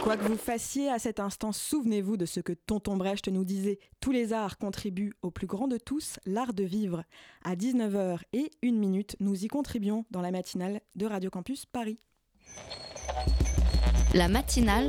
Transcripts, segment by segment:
Quoi que vous fassiez à cet instant, souvenez-vous de ce que Tonton Brecht nous disait. Tous les arts contribuent au plus grand de tous, l'art de vivre. À 19h01, nous y contribuons dans la matinale de Radio Campus Paris. La matinale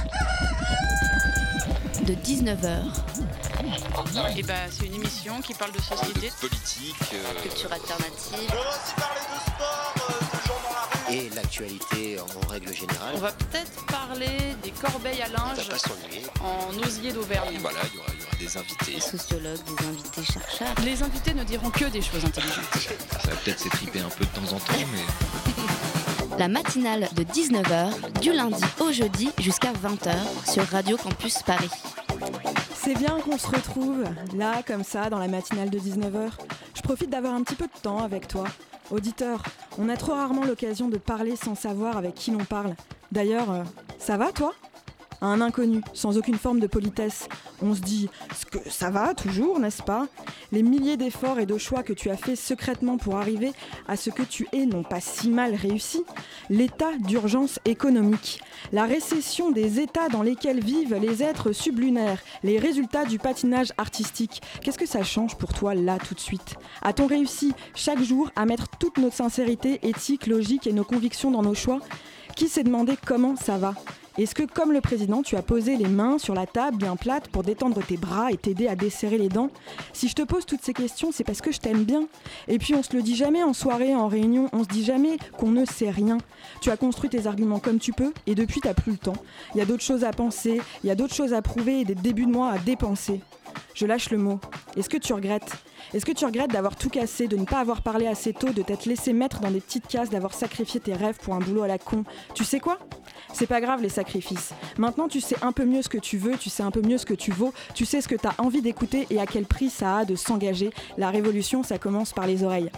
de 19h. Et c'est une émission qui parle de société, de politique, culture alternative. On va aussi parler de sport, de gens dans la rue. Et l'actualité en règle générale. On va peut-être parler des corbeilles à linge Ça va pas s'ennuyer. en osier d'Auvergne. Voilà, il y aura des invités. Des sociologues, des invités chercheurs. Les invités ne diront que des choses intelligentes. Ça va peut-être s'étriper un peu de temps en temps, mais... La matinale de 19h, du lundi au jeudi jusqu'à 20h sur Radio Campus Paris. C'est bien qu'on se retrouve, là, comme ça, dans la matinale de 19h. Je profite d'avoir un petit peu de temps avec toi. Auditeur, on a trop rarement l'occasion de parler sans savoir avec qui l'on parle. D'ailleurs, ça va, toi ? À un inconnu, sans aucune forme de politesse, on se dit « que ça va, toujours, n'est-ce pas ?» Les milliers d'efforts et de choix que tu as faits secrètement pour arriver à ce que tu es n'ont pas si mal réussi. L'état d'urgence économique, la récession des états dans lesquels vivent les êtres sublunaires, les résultats du patinage artistique. Qu'est-ce que ça change pour toi, là, tout de suite ? A-t-on réussi, chaque jour, à mettre toute notre sincérité, éthique, logique et nos convictions dans nos choix ? Qui s'est demandé comment ça va ? Est-ce que, comme le président, tu as posé les mains sur la table bien plate pour détendre tes bras et t'aider à desserrer les dents ? Si je te pose toutes ces questions, c'est parce que je t'aime bien. Et puis on se le dit jamais en soirée, en réunion, on se dit jamais qu'on ne sait rien. Tu as construit tes arguments comme tu peux et depuis t'as plus le temps. Il y a d'autres choses à penser, il y a d'autres choses à prouver et des débuts de mois à dépenser. Je lâche le mot. Est-ce que tu regrettes ? Est-ce que tu regrettes d'avoir tout cassé, de ne pas avoir parlé assez tôt, de t'être laissé mettre dans des petites cases, d'avoir sacrifié tes rêves pour un boulot à la con ? Tu sais quoi ? C'est pas grave les sacrifices. Maintenant tu sais un peu mieux ce que tu veux, tu sais un peu mieux ce que tu vaux, tu sais ce que t'as envie d'écouter et à quel prix ça a de s'engager. La révolution, ça commence par les oreilles.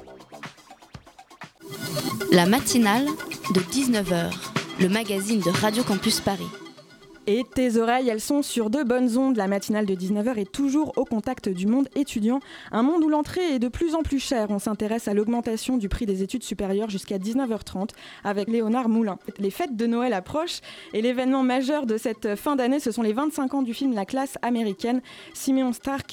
La matinale de 19h, le magazine de Radio Campus Paris. Et tes oreilles, elles sont sur de bonnes ondes. La matinale de 19h est toujours au contact du monde étudiant. Un monde où l'entrée est de plus en plus chère. On s'intéresse à l'augmentation du prix des études supérieures jusqu'à 19h30 avec Léonard Moulin. Les fêtes de Noël approchent et l'événement majeur de cette fin d'année, ce sont les 25 ans du film La classe américaine. Simeon Stark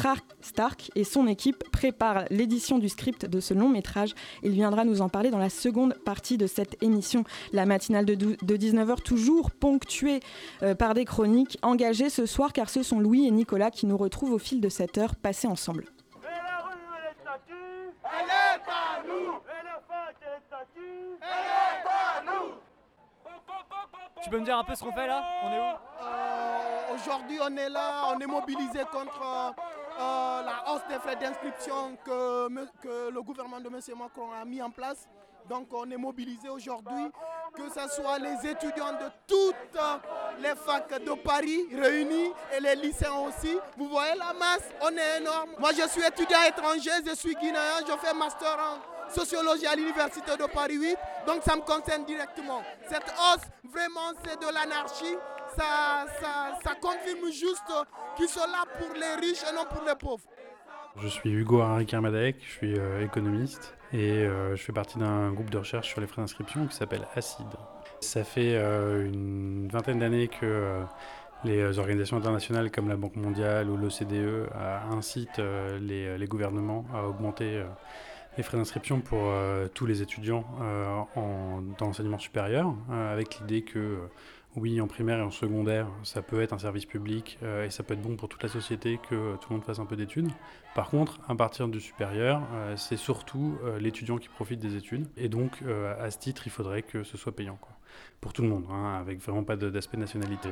et son équipe préparent l'édition du script de ce long métrage. Il viendra nous en parler dans la seconde partie de cette émission. La matinale de 19h, toujours ponctuée par des chroniques engagées ce soir, car ce sont Louis et Nicolas qui nous retrouvent au fil de cette heure passée ensemble. Et la rue et les statues, elle est à nous. Et la fac et les statues, elle est à nous. Tu peux me dire un peu ce qu'on fait là ? On est où ? Aujourd'hui, on est là, on est mobilisé contre la hausse des frais d'inscription que le gouvernement de M. Macron a mis en place. Donc on est mobilisé aujourd'hui, que ce soit les étudiants de toutes les facs de Paris réunis et les lycéens aussi. Vous voyez la masse, on est énorme. Moi je suis étudiant étranger, je suis guinéen, je fais master en sociologie à l'université de Paris 8, donc ça me concerne directement. Cette hausse, vraiment c'est de l'anarchie, ça confirme juste qu'ils sont là pour les riches et non pour les pauvres. Je suis Hugo Harry-Kermadec, je suis économiste et je fais partie d'un groupe de recherche sur les frais d'inscription qui s'appelle ACID. Ça fait une vingtaine d'années que les organisations internationales comme la Banque mondiale ou l'OCDE incitent les gouvernements à augmenter les frais d'inscription pour tous les étudiants dans l'enseignement supérieur, avec l'idée que oui, en primaire et en secondaire, ça peut être un service public et ça peut être bon pour toute la société que tout le monde fasse un peu d'études. Par contre, à partir du supérieur, c'est surtout l'étudiant qui profite des études. Et donc, à ce titre, il faudrait que ce soit payant, quoi. Pour tout le monde, avec vraiment pas d'aspect nationalité.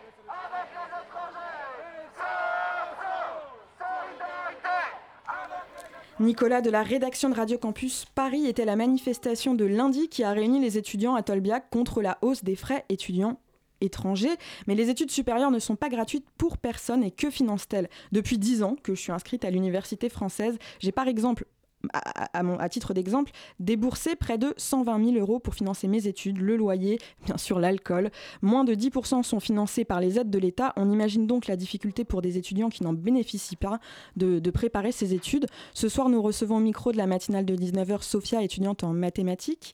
Nicolas de la rédaction de Radio Campus Paris était la manifestation de lundi qui a réuni les étudiants à Tolbiac contre la hausse des frais étudiants étrangers. Mais les études supérieures ne sont pas gratuites pour personne et que financent-elles ? Depuis 10 ans que je suis inscrite à l'université française, j'ai par exemple, à titre d'exemple, déboursé près de 120 000 € pour financer mes études, le loyer, bien sûr l'alcool. Moins de 10% sont financés par les aides de l'État. On imagine donc la difficulté pour des étudiants qui n'en bénéficient pas de préparer ces études. Ce soir, nous recevons au micro de la matinale de 19h Sophia, étudiante en mathématiques.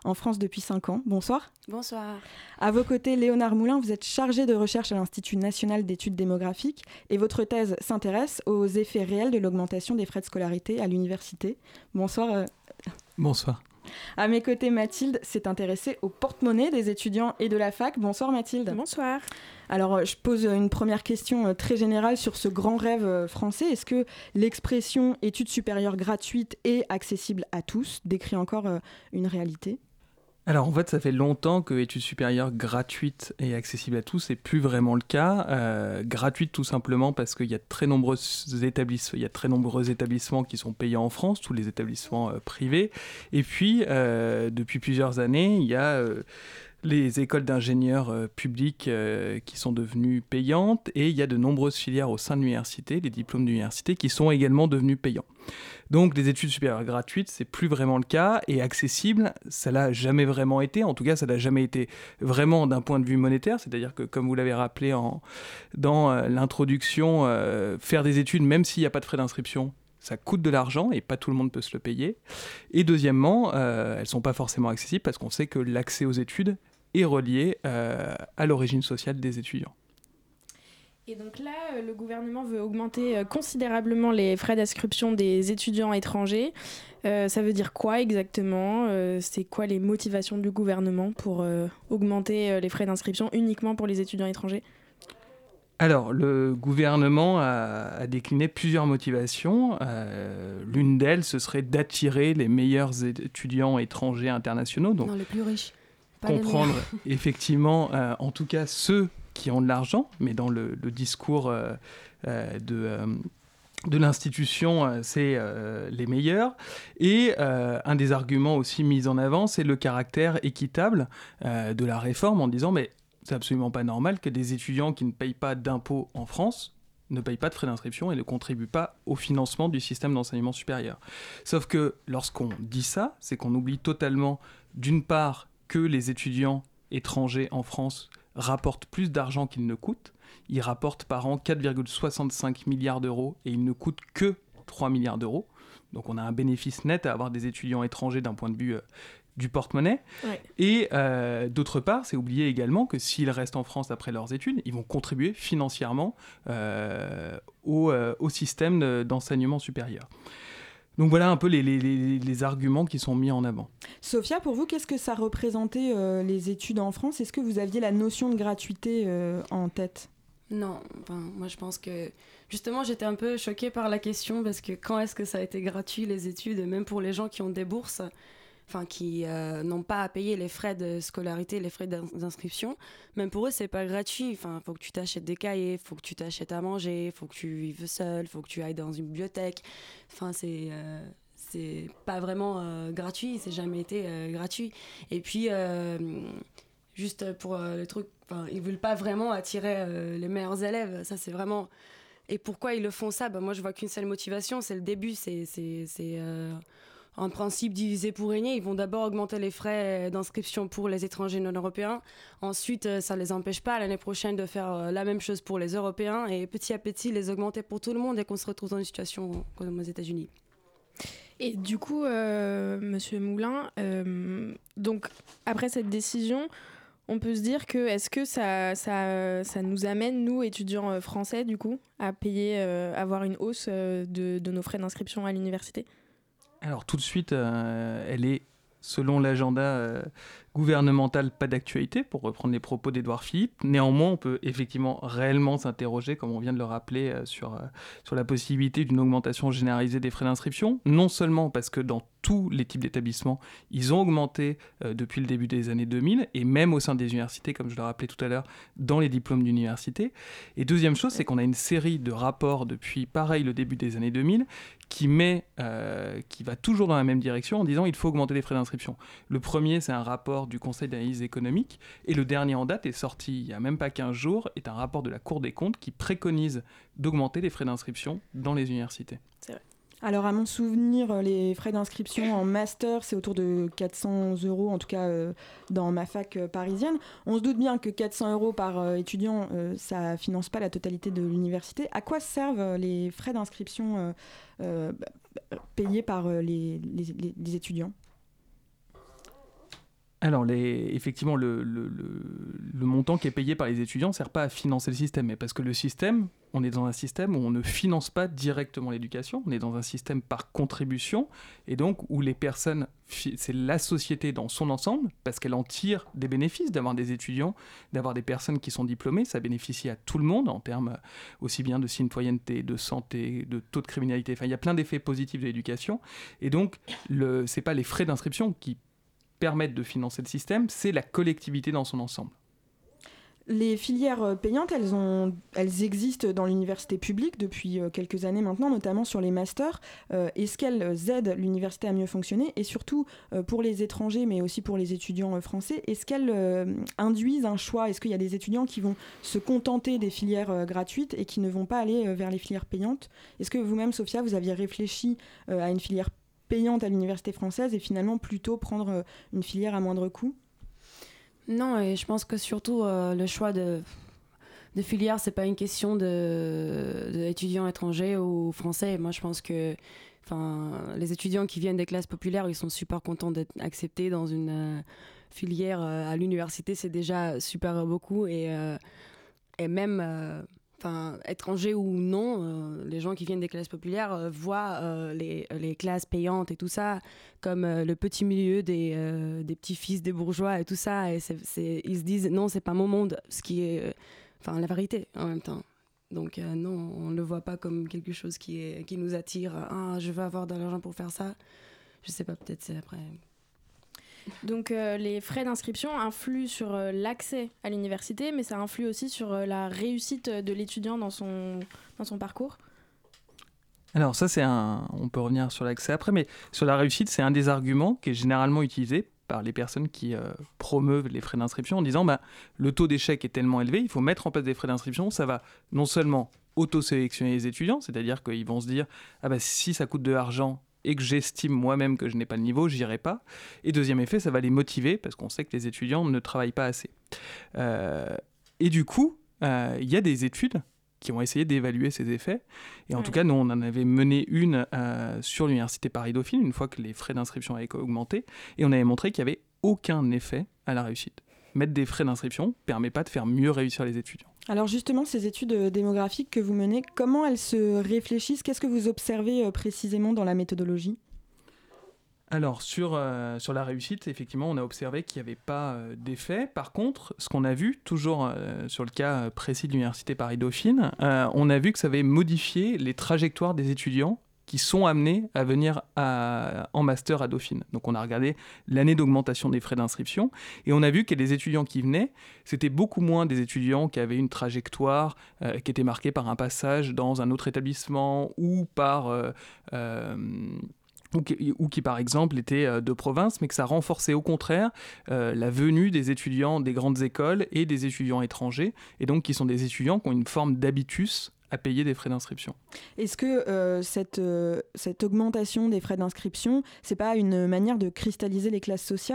en France depuis 5 ans. Bonsoir. Bonsoir. À vos côtés, Léonard Moulin, vous êtes chargé de recherche à l'Institut national d'études démographiques et votre thèse s'intéresse aux effets réels de l'augmentation des frais de scolarité à l'université. Bonsoir. Bonsoir. À mes côtés, Mathilde s'est intéressée au porte-monnaie des étudiants et de la fac. Bonsoir Mathilde. Bonsoir. Alors, je pose une première question très générale sur ce grand rêve français. Est-ce que l'expression études supérieures gratuites et accessibles à tous décrit encore une réalité ? Alors en fait, ça fait longtemps que études supérieures gratuites et accessibles à tous, c'est plus vraiment le cas. Gratuite tout simplement parce qu'il y a très nombreux établissements qui sont payants en France, tous les établissements privés. Et puis, depuis plusieurs années, il y a les écoles d'ingénieurs publiques qui sont devenues payantes et il y a de nombreuses filières au sein de l'université, les diplômes d'université, qui sont également devenus payants. Donc des études supérieures gratuites, c'est plus vraiment le cas, et accessible, ça l'a jamais vraiment été, en tout cas ça l'a jamais été vraiment d'un point de vue monétaire, c'est-à-dire que comme vous l'avez rappelé dans l'introduction, faire des études même s'il n'y a pas de frais d'inscription, ça coûte de l'argent et pas tout le monde peut se le payer. Et deuxièmement, elles ne sont pas forcément accessibles parce qu'on sait que l'accès aux études est relié à l'origine sociale des étudiants. Et donc là, le gouvernement veut augmenter considérablement les frais d'inscription des étudiants étrangers. Ça veut dire quoi exactement ? C'est quoi les motivations du gouvernement pour augmenter les frais d'inscription uniquement pour les étudiants étrangers ? Alors, le gouvernement a décliné plusieurs motivations. L'une d'elles, ce serait d'attirer les meilleurs étudiants étrangers internationaux. Donc, non, les plus riches. Comprendre effectivement, en tout cas, ceux qui ont de l'argent, mais dans le discours de l'institution, c'est les meilleurs. Et un des arguments aussi mis en avant, c'est le caractère équitable de la réforme, en disant mais c'est absolument pas normal que des étudiants qui ne payent pas d'impôts en France ne payent pas de frais d'inscription et ne contribuent pas au financement du système d'enseignement supérieur. Sauf que lorsqu'on dit ça, c'est qu'on oublie totalement, d'une part, que les étudiants étrangers en France rapportent plus d'argent qu'ils ne coûtent. Ils rapportent par an 4,65 milliards d'euros et ils ne coûtent que 3 milliards d'euros. Donc on a un bénéfice net à avoir des étudiants étrangers d'un point de vue du porte-monnaie. Ouais. Et d'autre part, c'est oublier également que s'ils restent en France après leurs études, ils vont contribuer financièrement au système d'enseignement supérieur. Donc voilà un peu les arguments qui sont mis en avant. Sophia, pour vous, qu'est-ce que ça représentait les études en France ? Est-ce que vous aviez la notion de gratuité en tête ? Non, moi je pense que justement j'étais un peu choquée par la question parce que quand est-ce que ça a été gratuit les études, même pour les gens qui ont des bourses, qui n'ont pas à payer les frais de scolarité, les frais d'inscription, même pour eux c'est pas gratuit. Faut que tu t'achètes des cahiers, faut que tu t'achètes à manger, faut que tu vives seul, faut que tu ailles dans une bibliothèque. C'est pas vraiment gratuit, c'est jamais été gratuit. Et puis juste pour le truc, ils veulent pas vraiment attirer les meilleurs élèves, ça c'est vraiment. Et pourquoi ils le font ça ? Moi je vois qu'une seule motivation, c'est le début, c'est en principe divisé pour régner. Ils vont d'abord augmenter les frais d'inscription pour les étrangers non européens. Ensuite, ça ne les empêche pas l'année prochaine de faire la même chose pour les Européens et petit à petit les augmenter pour tout le monde et qu'on se retrouve dans une situation comme aux États-Unis. Et du coup, Monsieur Moulin, donc après cette décision, on peut se dire que est-ce que ça nous amène, nous, étudiants français, du coup, à payer, avoir une hausse de nos frais d'inscription à l'université ? Alors tout de suite, elle est, selon l'agenda gouvernemental, pas d'actualité, pour reprendre les propos d'Édouard Philippe. Néanmoins, on peut effectivement réellement s'interroger, comme on vient de le rappeler, sur la possibilité d'une augmentation généralisée des frais d'inscription. Non seulement parce que dans tous les types d'établissements, ils ont augmenté depuis le début des années 2000, et même au sein des universités, comme je le rappelais tout à l'heure, dans les diplômes d'université. Et deuxième chose, c'est qu'on a une série de rapports depuis, pareil, le début des années 2000, qui va toujours dans la même direction en disant qu'il faut augmenter les frais d'inscription. Le premier, c'est un rapport du Conseil d'analyse économique, et le dernier en date est sorti il n'y a même pas 15 jours, est un rapport de la Cour des comptes qui préconise d'augmenter les frais d'inscription dans les universités. C'est vrai. Alors, à mon souvenir, les frais d'inscription en master, c'est autour de 400 €, en tout cas dans ma fac parisienne. On se doute bien que 400 € par étudiant, ça ne finance pas la totalité de l'université. À quoi servent les frais d'inscription payés par les étudiants ? Alors, effectivement, le montant qui est payé par les étudiants ne sert pas à financer le système, mais parce que le système, on est dans un système où on ne finance pas directement l'éducation, on est dans un système par contribution, et donc où les personnes, c'est la société dans son ensemble, parce qu'elle en tire des bénéfices d'avoir des étudiants, d'avoir des personnes qui sont diplômées, ça bénéficie à tout le monde en termes aussi bien de citoyenneté, de santé, de taux de criminalité, enfin il y a plein d'effets positifs de l'éducation, et donc c'est pas les frais d'inscription qui permettent de financer le système, c'est la collectivité dans son ensemble. Les filières payantes, elles existent dans l'université publique depuis quelques années maintenant, notamment sur les masters. Est-ce qu'elles aident l'université à mieux fonctionner ? Et surtout, pour les étrangers, mais aussi pour les étudiants français, est-ce qu'elles induisent un choix ? Est-ce qu'il y a des étudiants qui vont se contenter des filières gratuites et qui ne vont pas aller vers les filières payantes ? Est-ce que vous-même, Sophia, vous aviez réfléchi à une filière payante à l'université française et finalement plutôt prendre une filière à moindre coût ? Non, et je pense que surtout le choix de filière, c'est pas une question d'étudiants étrangers ou français. Moi, je pense que les étudiants qui viennent des classes populaires, ils sont super contents d'être acceptés dans une filière à l'université. C'est déjà super beaucoup et même... étrangers ou non, les gens qui viennent des classes populaires voient les classes payantes et tout ça comme le petit milieu des petits-fils des bourgeois et tout ça. Et ils se disent non, c'est pas mon monde, ce qui est la vérité en même temps. Donc non, on ne le voit pas comme quelque chose qui nous attire. Ah, je veux avoir de l'argent pour faire ça. Je sais pas, peut-être c'est après... Donc les frais d'inscription influent sur l'accès à l'université, mais ça influe aussi sur la réussite de l'étudiant dans son parcours. Alors ça, on peut revenir sur l'accès après, mais sur la réussite, c'est un des arguments qui est généralement utilisé par les personnes qui promeuvent les frais d'inscription en disant le taux d'échec est tellement élevé, il faut mettre en place des frais d'inscription, ça va non seulement auto-sélectionner les étudiants, c'est-à-dire qu'ils vont se dire si ça coûte de l'argent et que j'estime moi-même que je n'ai pas le niveau, j'irai pas. Et deuxième effet, ça va les motiver, parce qu'on sait que les étudiants ne travaillent pas assez. Et du coup, il y a des études qui ont essayé d'évaluer ces effets. Et en tout cas, nous, on en avait mené une sur l'université Paris-Dauphine, une fois que les frais d'inscription avaient augmenté, et on avait montré qu'il n'y avait aucun effet à la réussite. Mettre des frais d'inscription ne permet pas de faire mieux réussir les étudiants. Alors justement, ces études démographiques que vous menez, comment elles se réfléchissent ? Qu'est-ce que vous observez précisément dans la méthodologie ? Alors sur la réussite, effectivement, on a observé qu'il n'y avait pas d'effet. Par contre, ce qu'on a vu, toujours sur le cas précis de l'université Paris-Dauphine, on a vu que ça avait modifié les trajectoires des étudiants qui sont amenés à venir en master à Dauphine. Donc on a regardé l'année d'augmentation des frais d'inscription et on a vu que les étudiants qui venaient, c'était beaucoup moins des étudiants qui avaient une trajectoire qui était marquée par un passage dans un autre établissement ou qui par exemple étaient de province, mais que ça renforçait au contraire la venue des étudiants des grandes écoles et des étudiants étrangers, et donc qui sont des étudiants qui ont une forme d'habitus à payer des frais d'inscription. Est-ce que cette augmentation des frais d'inscription, c'est pas une manière de cristalliser les classes sociales ?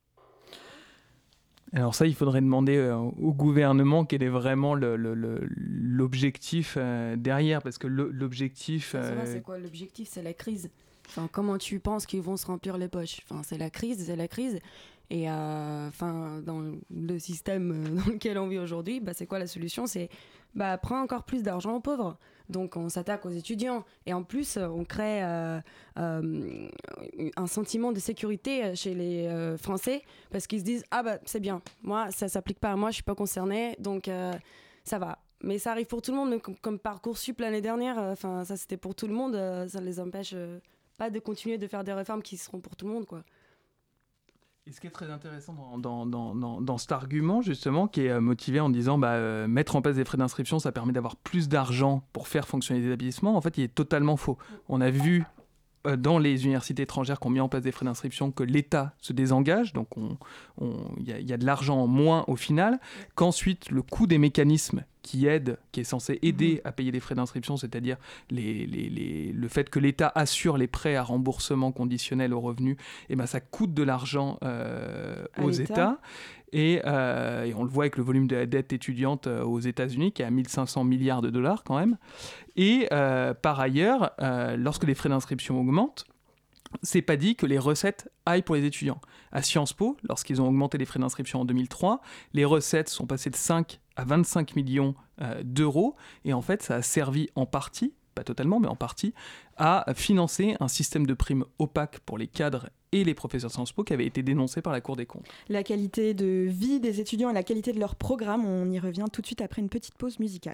Alors ça, il faudrait demander au gouvernement quel est vraiment l'objectif derrière, parce que l'objectif... C'est quoi l'objectif ? C'est la crise. Comment tu penses qu'ils vont se remplir les poches ? C'est la crise. Et dans le système dans lequel on vit aujourd'hui, c'est quoi la solution ? C'est prends encore plus d'argent aux pauvres. Donc on s'attaque aux étudiants. Et en plus, on crée un sentiment de sécurité chez les Français parce qu'ils se disent c'est bien, moi ça s'applique pas à moi, je suis pas concernée, donc ça va. Mais ça arrive pour tout le monde, même comme Parcoursup l'année dernière. Ça c'était pour tout le monde. Ça ne les empêche pas de continuer de faire des réformes qui seront pour tout le monde, quoi. Et ce qui est très intéressant dans cet argument, justement, qui est motivé en disant mettre en place des frais d'inscription, ça permet d'avoir plus d'argent pour faire fonctionner les établissements, en fait, il est totalement faux. On a vu dans les universités étrangères qui ont mis en place des frais d'inscription que l'État se désengage, donc il y a de l'argent en moins au final, qu'ensuite le coût des mécanismes qui est censé aider à payer les frais d'inscription, c'est-à-dire le fait que l'État assure les prêts à remboursement conditionnel aux revenus, ça coûte de l'argent aux États. Et on le voit avec le volume de la dette étudiante aux États-Unis, qui est à 1500 milliards de dollars quand même. Et par ailleurs, lorsque les frais d'inscription augmentent, c'est pas dit que les recettes aillent pour les étudiants. À Sciences Po, lorsqu'ils ont augmenté les frais d'inscription en 2003, les recettes sont passées de 5 à 25 millions d'euros, et en fait, ça a servi en partie, pas totalement, mais en partie, à financer un système de primes opaque pour les cadres et les professeurs de Sciences Po qui avait été dénoncé par la Cour des comptes. La qualité de vie des étudiants et la qualité de leur programme, on y revient tout de suite après une petite pause musicale.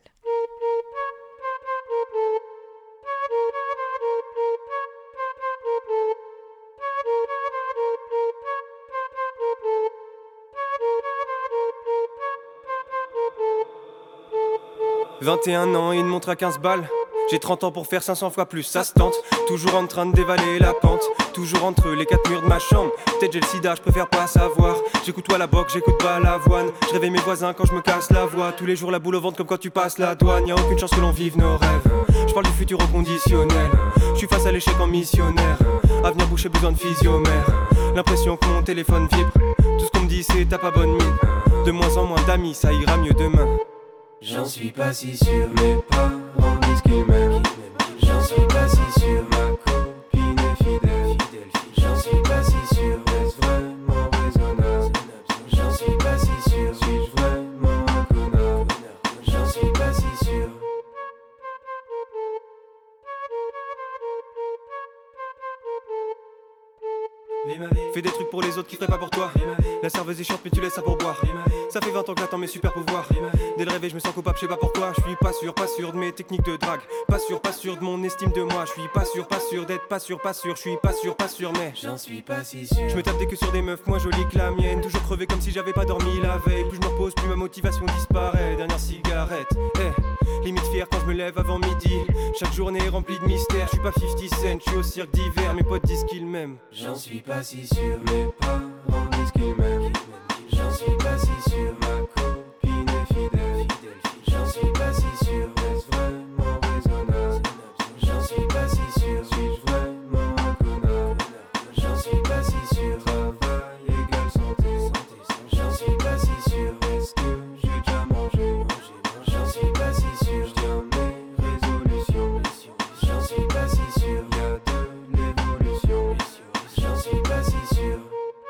« 21 ans et une montre à 15 balles. J'ai 30 ans pour faire 500 fois plus, ça se tente. Toujours en train de dévaler la pente. Toujours entre les quatre murs de ma chambre. Peut-être j'ai le sida, je préfère pas savoir. J'écoute toi la boxe, j'écoute pas l'avoine. Je réveille mes voisins quand je me casse la voix. Tous les jours la boule au ventre comme quand tu passes la douane. Y'a aucune chance que l'on vive nos rêves. Je parle du futur au conditionnel. Je suis face à l'échec en missionnaire. Avenir bouché, besoin de physiomère. L'impression que mon téléphone vibre. Tout ce qu'on me dit c'est t'as pas bonne mine. De moins en moins d'amis, ça ira mieux demain. J'en suis pas si sûr, mes parents disent qu'ils m'aiment. J'en suis pas si sûr, ma copine est fidèle. J'en suis pas si sûr, est-ce vraiment raisonnable? J'en suis pas si sûr, suis-je vraiment un connard? J'en suis pas si sûr. Fais des trucs pour les autres qui feraient pas pour toi. La serveuse est chiante mais tu laisses ça pour boire. Ça fait 20 ans que j'attends mes super pouvoirs. Dès le réveil je me sens coupable, je sais pas pourquoi. Je suis pas sûr de mes techniques de drague. Pas sûr de mon estime de moi. Je suis pas sûr d'être pas sûr. Je suis pas sûr mais j'en suis pas si sûr. Je me tape des queues sur des meufs moins jolies que la mienne. Toujours crevé comme si j'avais pas dormi la veille. Plus je me repose, plus ma motivation disparaît. Dernière cigarette, limite fier quand je me lève avant midi. Chaque journée est remplie de mystères. Je suis pas 50 Cent, je suis au cirque d'hiver. Mes potes disent qu'ils m'aiment. J'en suis pas si sûr, mes parents disent qu'ils m'aiment. J'en suis pas si sûr, ma copine est fidèle. J'en suis pas si sûr, est-ce vraiment raisonnable? J'en suis pas si sûr, suis-je vraiment un connard? J'en suis pas si sûr, travail égale santé. J'en suis pas si sûr, est-ce que j'ai déjà mangé? J'en suis pas si sûr, je tiens mes résolutions. J'en suis pas si sûr, y'a de l'évolution. J'en suis pas si sûr.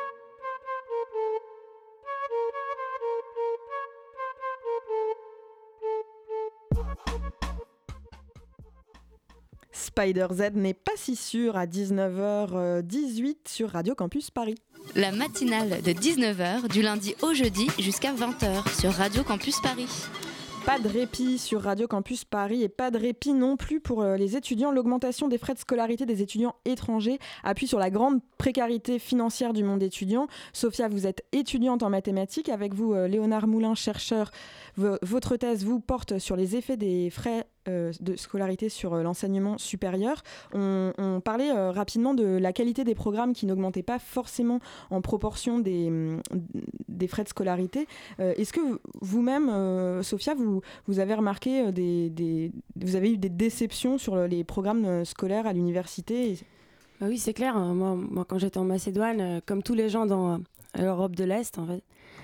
Spider Z n'est pas si sûr à 19h18 sur Radio Campus Paris. La matinale de 19h du lundi au jeudi jusqu'à 20h sur Radio Campus Paris. Pas de répit sur Radio Campus Paris et pas de répit non plus pour les étudiants. L'augmentation des frais de scolarité des étudiants étrangers appuie sur la grande précarité financière du monde étudiant. Sophia, vous êtes étudiante en mathématiques. Avec vous, Léonard Moulin, chercheur. Votre thèse vous porte sur les effets des frais de scolarité sur l'enseignement supérieur. On parlait rapidement de la qualité des programmes qui n'augmentaient pas forcément en proportion des frais de scolarité. Est-ce que vous-même, Sophia, vous avez remarqué vous avez eu des déceptions sur les programmes scolaires à l'université? Oui, c'est clair. Moi, quand j'étais en Macédoine, comme tous les gens dans l'Europe de l'Est, en fait,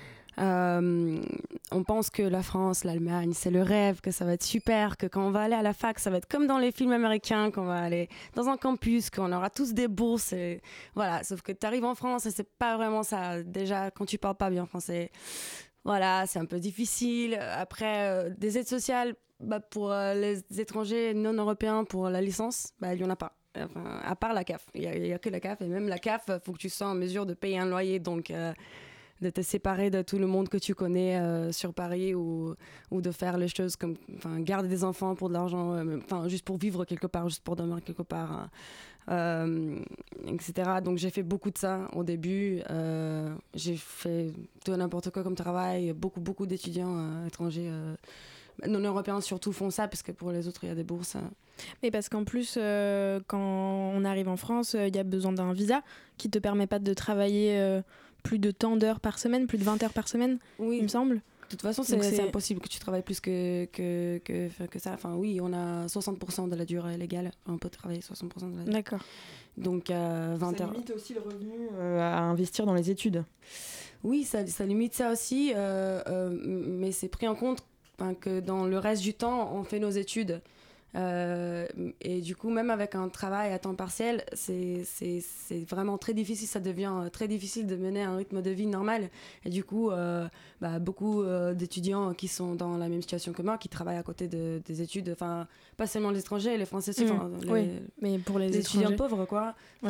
on pense que la France, l'Allemagne, c'est le rêve, que ça va être super, que quand on va aller à la fac, ça va être comme dans les films américains, qu'on va aller dans un campus, qu'on aura tous des bourses. Et voilà. Sauf que tu arrives en France et c'est pas vraiment ça. Déjà, quand tu parles pas bien français, voilà, c'est un peu difficile. Après, des aides sociales pour les étrangers non européens pour la licence, il y en a pas. Enfin, à part la CAF. Il y a que la CAF. Et même la CAF, il faut que tu sois en mesure de payer un loyer. Donc, de te séparer de tout le monde que tu connais sur Paris ou de faire les choses comme garder des enfants pour de l'argent, juste pour vivre quelque part, juste pour dormir quelque part, etc. Donc j'ai fait beaucoup de ça au début. J'ai fait tout n'importe quoi comme travail. Beaucoup d'étudiants étrangers non européens surtout font ça parce que pour les autres il y a des bourses. Mais parce qu'en plus quand on arrive en France, il y a besoin d'un visa qui te permet pas de travailler plus de tant d'heures par semaine, plus de 20 heures par semaine, il me semble. De toute façon, c'est impossible que tu travailles plus que ça. Enfin, oui, on a 60% de la durée légale. On peut travailler 60% de la durée. D'accord. Donc, 20 ça heures. limite aussi le revenu à investir dans les études. Oui, ça limite ça aussi. Mais c'est pris en compte que dans le reste du temps, on fait nos études. Et du coup, même avec un travail à temps partiel, c'est vraiment très difficile. Ça devient très difficile de mener un rythme de vie normal. Et du coup, beaucoup d'étudiants qui sont dans la même situation que moi, qui travaillent à côté des études, enfin, pas seulement les étrangers, les Français aussi, oui, mais pour les étudiants pauvres, quoi. Oui.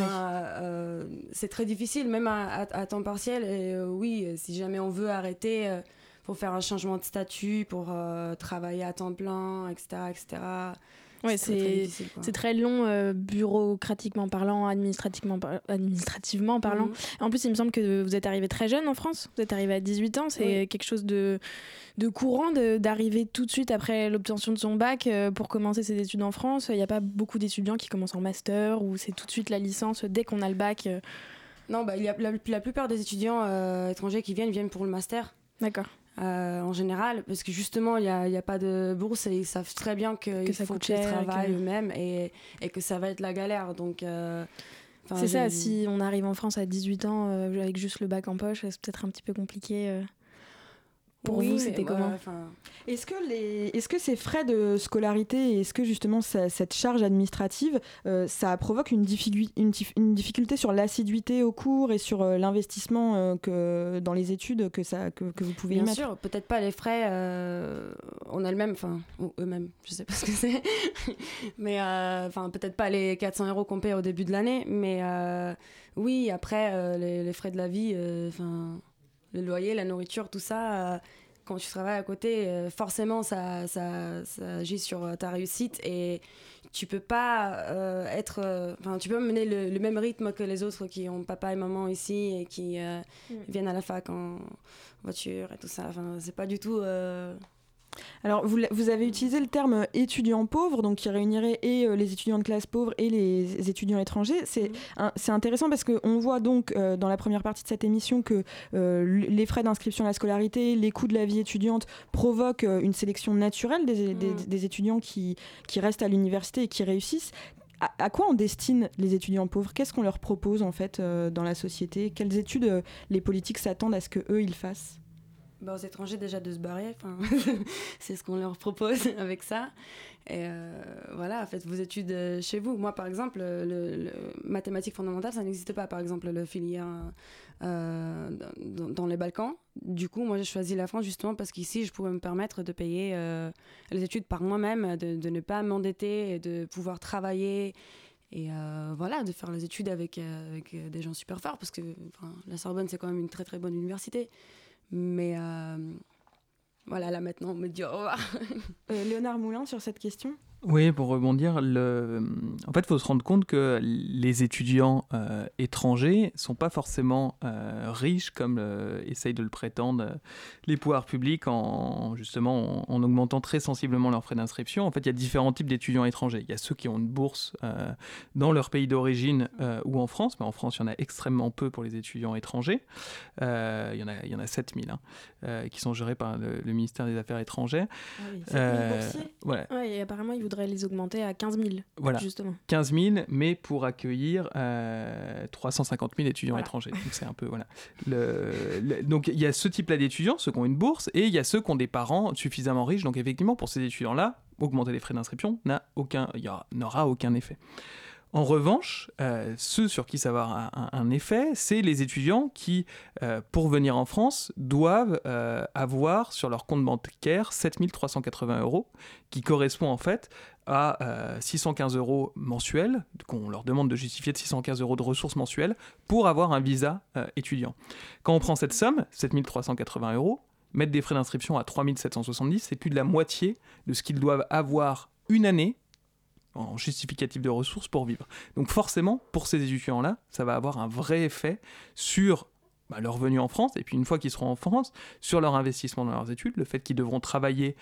C'est très difficile, même à temps partiel. Et oui, si jamais on veut arrêter pour faire un changement de statut, pour travailler à temps plein, etc., etc. Ouais, c'est très long, bureaucratiquement parlant, administrativement parlant. En plus, il me semble que vous êtes arrivé très jeune en France. Vous êtes arrivé à 18 ans. C'est quelque chose de courant d'arriver tout de suite après l'obtention de son bac pour commencer ses études en France. Il n'y a pas beaucoup d'étudiants qui commencent en master ou c'est tout de suite la licence dès qu'on a le bac. Non, il y a la plupart des étudiants étrangers qui viennent pour le master. D'accord. En général, parce que justement, il n'y a pas de bourse et ils savent très bien qu'il faut qu'ils travaillent eux-mêmes et que ça va être la galère. Donc, c'est ça, si on arrive en France à 18 ans avec juste le bac en poche, c'est peut-être un petit peu compliqué. Pour vous, c'était comment ? Est-ce que ces frais de scolarité, est-ce que justement cette charge administrative, ça provoque une difficulté sur l'assiduité au cours et sur l'investissement dans les études que vous pouvez y mettre ? Bien sûr, peut-être pas les frais en elles-mêmes, enfin, ou eux-mêmes, je sais pas ce que c'est, mais peut-être pas les 400 € qu'on paie au début de l'année, mais oui, après, les frais de la vie, le loyer, la nourriture, tout ça, quand tu travailles à côté, forcément, ça agit sur ta réussite et tu peux pas tu peux mener le même rythme que les autres qui ont papa et maman ici et qui viennent à la fac en voiture et tout ça. Enfin, c'est pas du tout... Alors, vous avez utilisé le terme étudiant pauvre, donc qui réunirait et les étudiants de classe pauvre et les étudiants étrangers. C'est intéressant parce qu'on voit donc dans la première partie de cette émission que les frais d'inscription à la scolarité, les coûts de la vie étudiante provoquent une sélection naturelle des étudiants qui restent à l'université et qui réussissent. À quoi on destine les étudiants pauvres ? Qu'est-ce qu'on leur propose en fait dans la société ? Quelles études les politiques s'attendent à ce qu'eux ils fassent ? Aux étrangers déjà de se barrer, c'est ce qu'on leur propose avec ça. Et voilà, faites vos études chez vous. Moi, par exemple, le mathématiques fondamentales, ça n'existe pas. Par exemple, le filière dans les Balkans. Du coup, moi, j'ai choisi la France justement parce qu'ici, je pouvais me permettre de payer les études par moi-même, de ne pas m'endetter et de pouvoir travailler. Et de faire les études avec des gens super forts parce que la Sorbonne, c'est quand même une très très bonne université. Mais là maintenant, on me dit au revoir. Léonard Moulin, sur cette question ? Oui, pour rebondir, en fait, il faut se rendre compte que les étudiants étrangers ne sont pas forcément riches comme essayent de le prétendre les pouvoirs publics en augmentant très sensiblement leurs frais d'inscription. En fait, il y a différents types d'étudiants étrangers. Il y a ceux qui ont une bourse dans leur pays d'origine ou en France, mais en France, il y en a extrêmement peu pour les étudiants étrangers. Il y en a 7000 qui sont gérés par le ministère des Affaires étrangères. Ah oui, 7000 boursiers. Voilà. Ouais, et apparemment, ils voudraient les augmenter à 15 000, voilà. Justement. 15 000, mais pour accueillir 350 000 étudiants étrangers. Donc, c'est un peu, voilà. Donc, il y a ce type-là d'étudiants, ceux qui ont une bourse, et il y a ceux qui ont des parents suffisamment riches. Donc, effectivement, pour ces étudiants-là, augmenter les frais d'inscription n'aura aucun effet. En revanche, ceux sur qui ça va avoir un effet, c'est les étudiants qui, pour venir en France, doivent avoir sur leur compte bancaire 7 380 €, qui correspond en fait à 615 € mensuels, qu'on leur demande de justifier de 615 € de ressources mensuelles pour avoir un visa étudiant. Quand on prend cette somme, 7 380 €, mettre des frais d'inscription à 3 770, c'est plus de la moitié de ce qu'ils doivent avoir une année en justificatif de ressources pour vivre. Donc forcément, pour ces étudiants-là, ça va avoir un vrai effet sur leur venue en France, et puis une fois qu'ils seront en France, sur leur investissement dans leurs études, le fait qu'ils devront travailler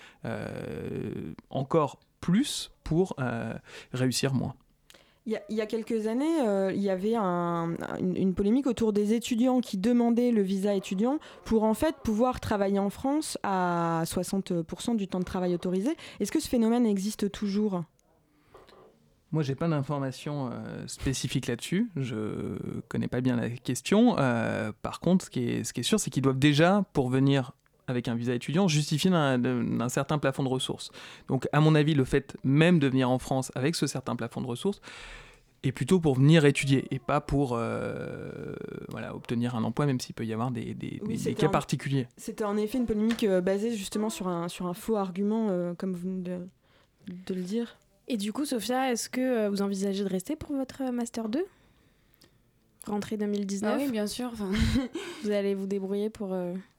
encore plus pour réussir moins. Il y a quelques années, il y avait une polémique autour des étudiants qui demandaient le visa étudiant pour en fait pouvoir travailler en France à 60% du temps de travail autorisé. Est-ce que ce phénomène existe toujours ? Moi, j'ai pas d'informations spécifiques là-dessus. Je connais pas bien la question. Par contre, ce qui est sûr, c'est qu'ils doivent déjà, pour venir avec un visa étudiant justifie d'un certain plafond de ressources. Donc à mon avis, le fait même de venir en France avec ce certain plafond de ressources est plutôt pour venir étudier et pas pour obtenir un emploi, même s'il peut y avoir des cas particuliers. C'était en effet une polémique basée justement sur un faux argument, comme vous venez de le dire. Et du coup, Sophia, est-ce que vous envisagez de rester pour votre Master 2 ? Rentrée 2019 ? Oui, bien sûr. Vous allez vous débrouiller pour...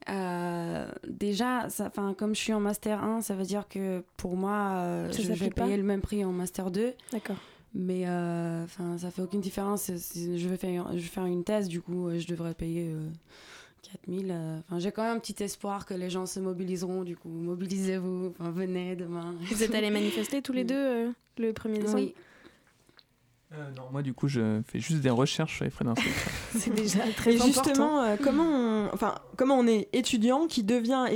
Déjà, comme je suis en Master 1, ça veut dire que pour moi, je vais payer le même prix en Master 2. D'accord. Mais ça fait aucune différence. Je vais faire une thèse, du coup, je devrais payer 4000. J'ai quand même un petit espoir que les gens se mobiliseront. Du coup, mobilisez-vous. Venez demain. Vous êtes allés manifester tous les deux le 1er décembre ? Oui. Non, moi du coup je fais juste des recherches sur les frais d'inscription. C'est déjà très important. Justement, comment on est étudiant qui devient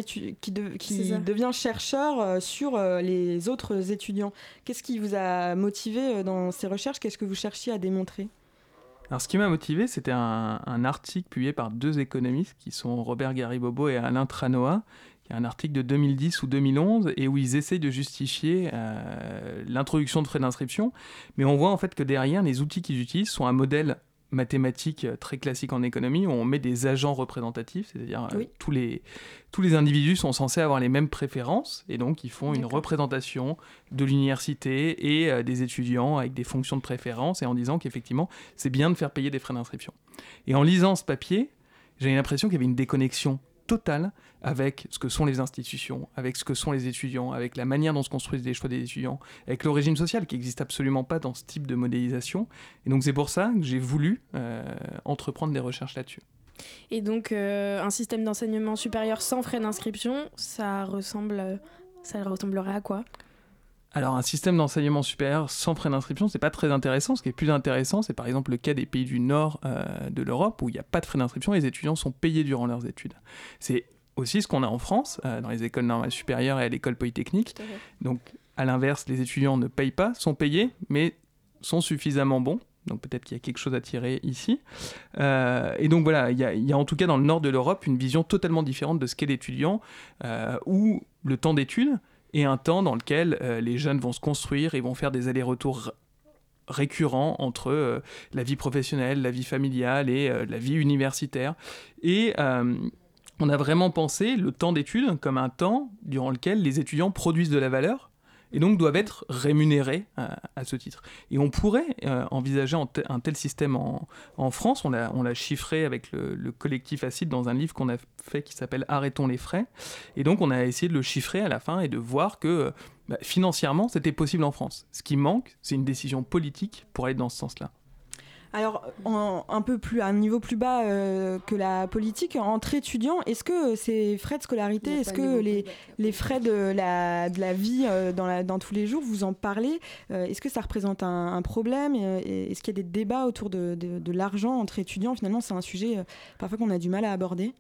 chercheur sur les autres étudiants ? Qu'est-ce qui vous a motivé dans ces recherches ? Qu'est-ce que vous cherchiez à démontrer ? Alors ce qui m'a motivé, c'était un article publié par 2 économistes qui sont Robert Garibobo et Alain Tranoa, qui est un article de 2010 ou 2011 et où ils essayent de justifier l'introduction de frais d'inscription. Mais on voit en fait que derrière, les outils qu'ils utilisent sont un modèle mathématique très classique en économie où on met des agents représentatifs, c'est-à-dire tous les individus sont censés avoir les mêmes préférences et donc ils font une représentation de l'université et des étudiants avec des fonctions de préférence et en disant qu'effectivement c'est bien de faire payer des frais d'inscription. Et en lisant ce papier, j'ai l'impression qu'il y avait une déconnexion totale avec ce que sont les institutions, avec ce que sont les étudiants, avec la manière dont se construisent les choix des étudiants, avec le régime social qui n'existe absolument pas dans ce type de modélisation. Et donc c'est pour ça que j'ai voulu entreprendre des recherches là-dessus. Et donc un système d'enseignement supérieur sans frais d'inscription, ça ressemblerait à quoi ? Alors un système d'enseignement supérieur sans frais d'inscription, c'est pas très intéressant. Ce qui est plus intéressant, c'est par exemple le cas des pays du nord de l'Europe où il n'y a pas de frais d'inscription et les étudiants sont payés durant leurs études. C'est aussi ce qu'on a en France, dans les écoles normales supérieures et à l'école polytechnique. Donc à l'inverse, les étudiants ne payent pas, sont payés, mais sont suffisamment bons. Donc peut-être qu'il y a quelque chose à tirer ici. Et donc voilà, il y a en tout cas dans le nord de l'Europe une vision totalement différente de ce qu'est l'étudiant, où le temps d'études et un temps dans lequel les jeunes vont se construire et vont faire des allers-retours récurrents entre la vie professionnelle, la vie familiale et la vie universitaire. Et on a vraiment pensé le temps d'études comme un temps durant lequel les étudiants produisent de la valeur et donc doivent être rémunérés à ce titre. Et on pourrait envisager un tel système en France. On l'a chiffré avec le collectif Acide dans un livre qu'on a fait qui s'appelle « Arrêtons les frais ». Et donc on a essayé de le chiffrer à la fin et de voir que financièrement c'était possible en France. Ce qui manque, c'est une décision politique pour aller dans ce sens-là. Alors, à un niveau plus bas que la politique, entre étudiants, est-ce que ces frais de scolarité, est-ce que les frais de la vie dans tous les jours, vous en parlez ? Est-ce que ça représente un problème ? Est-ce qu'il y a des débats autour de l'argent entre étudiants ? Finalement, c'est un sujet parfois qu'on a du mal à aborder.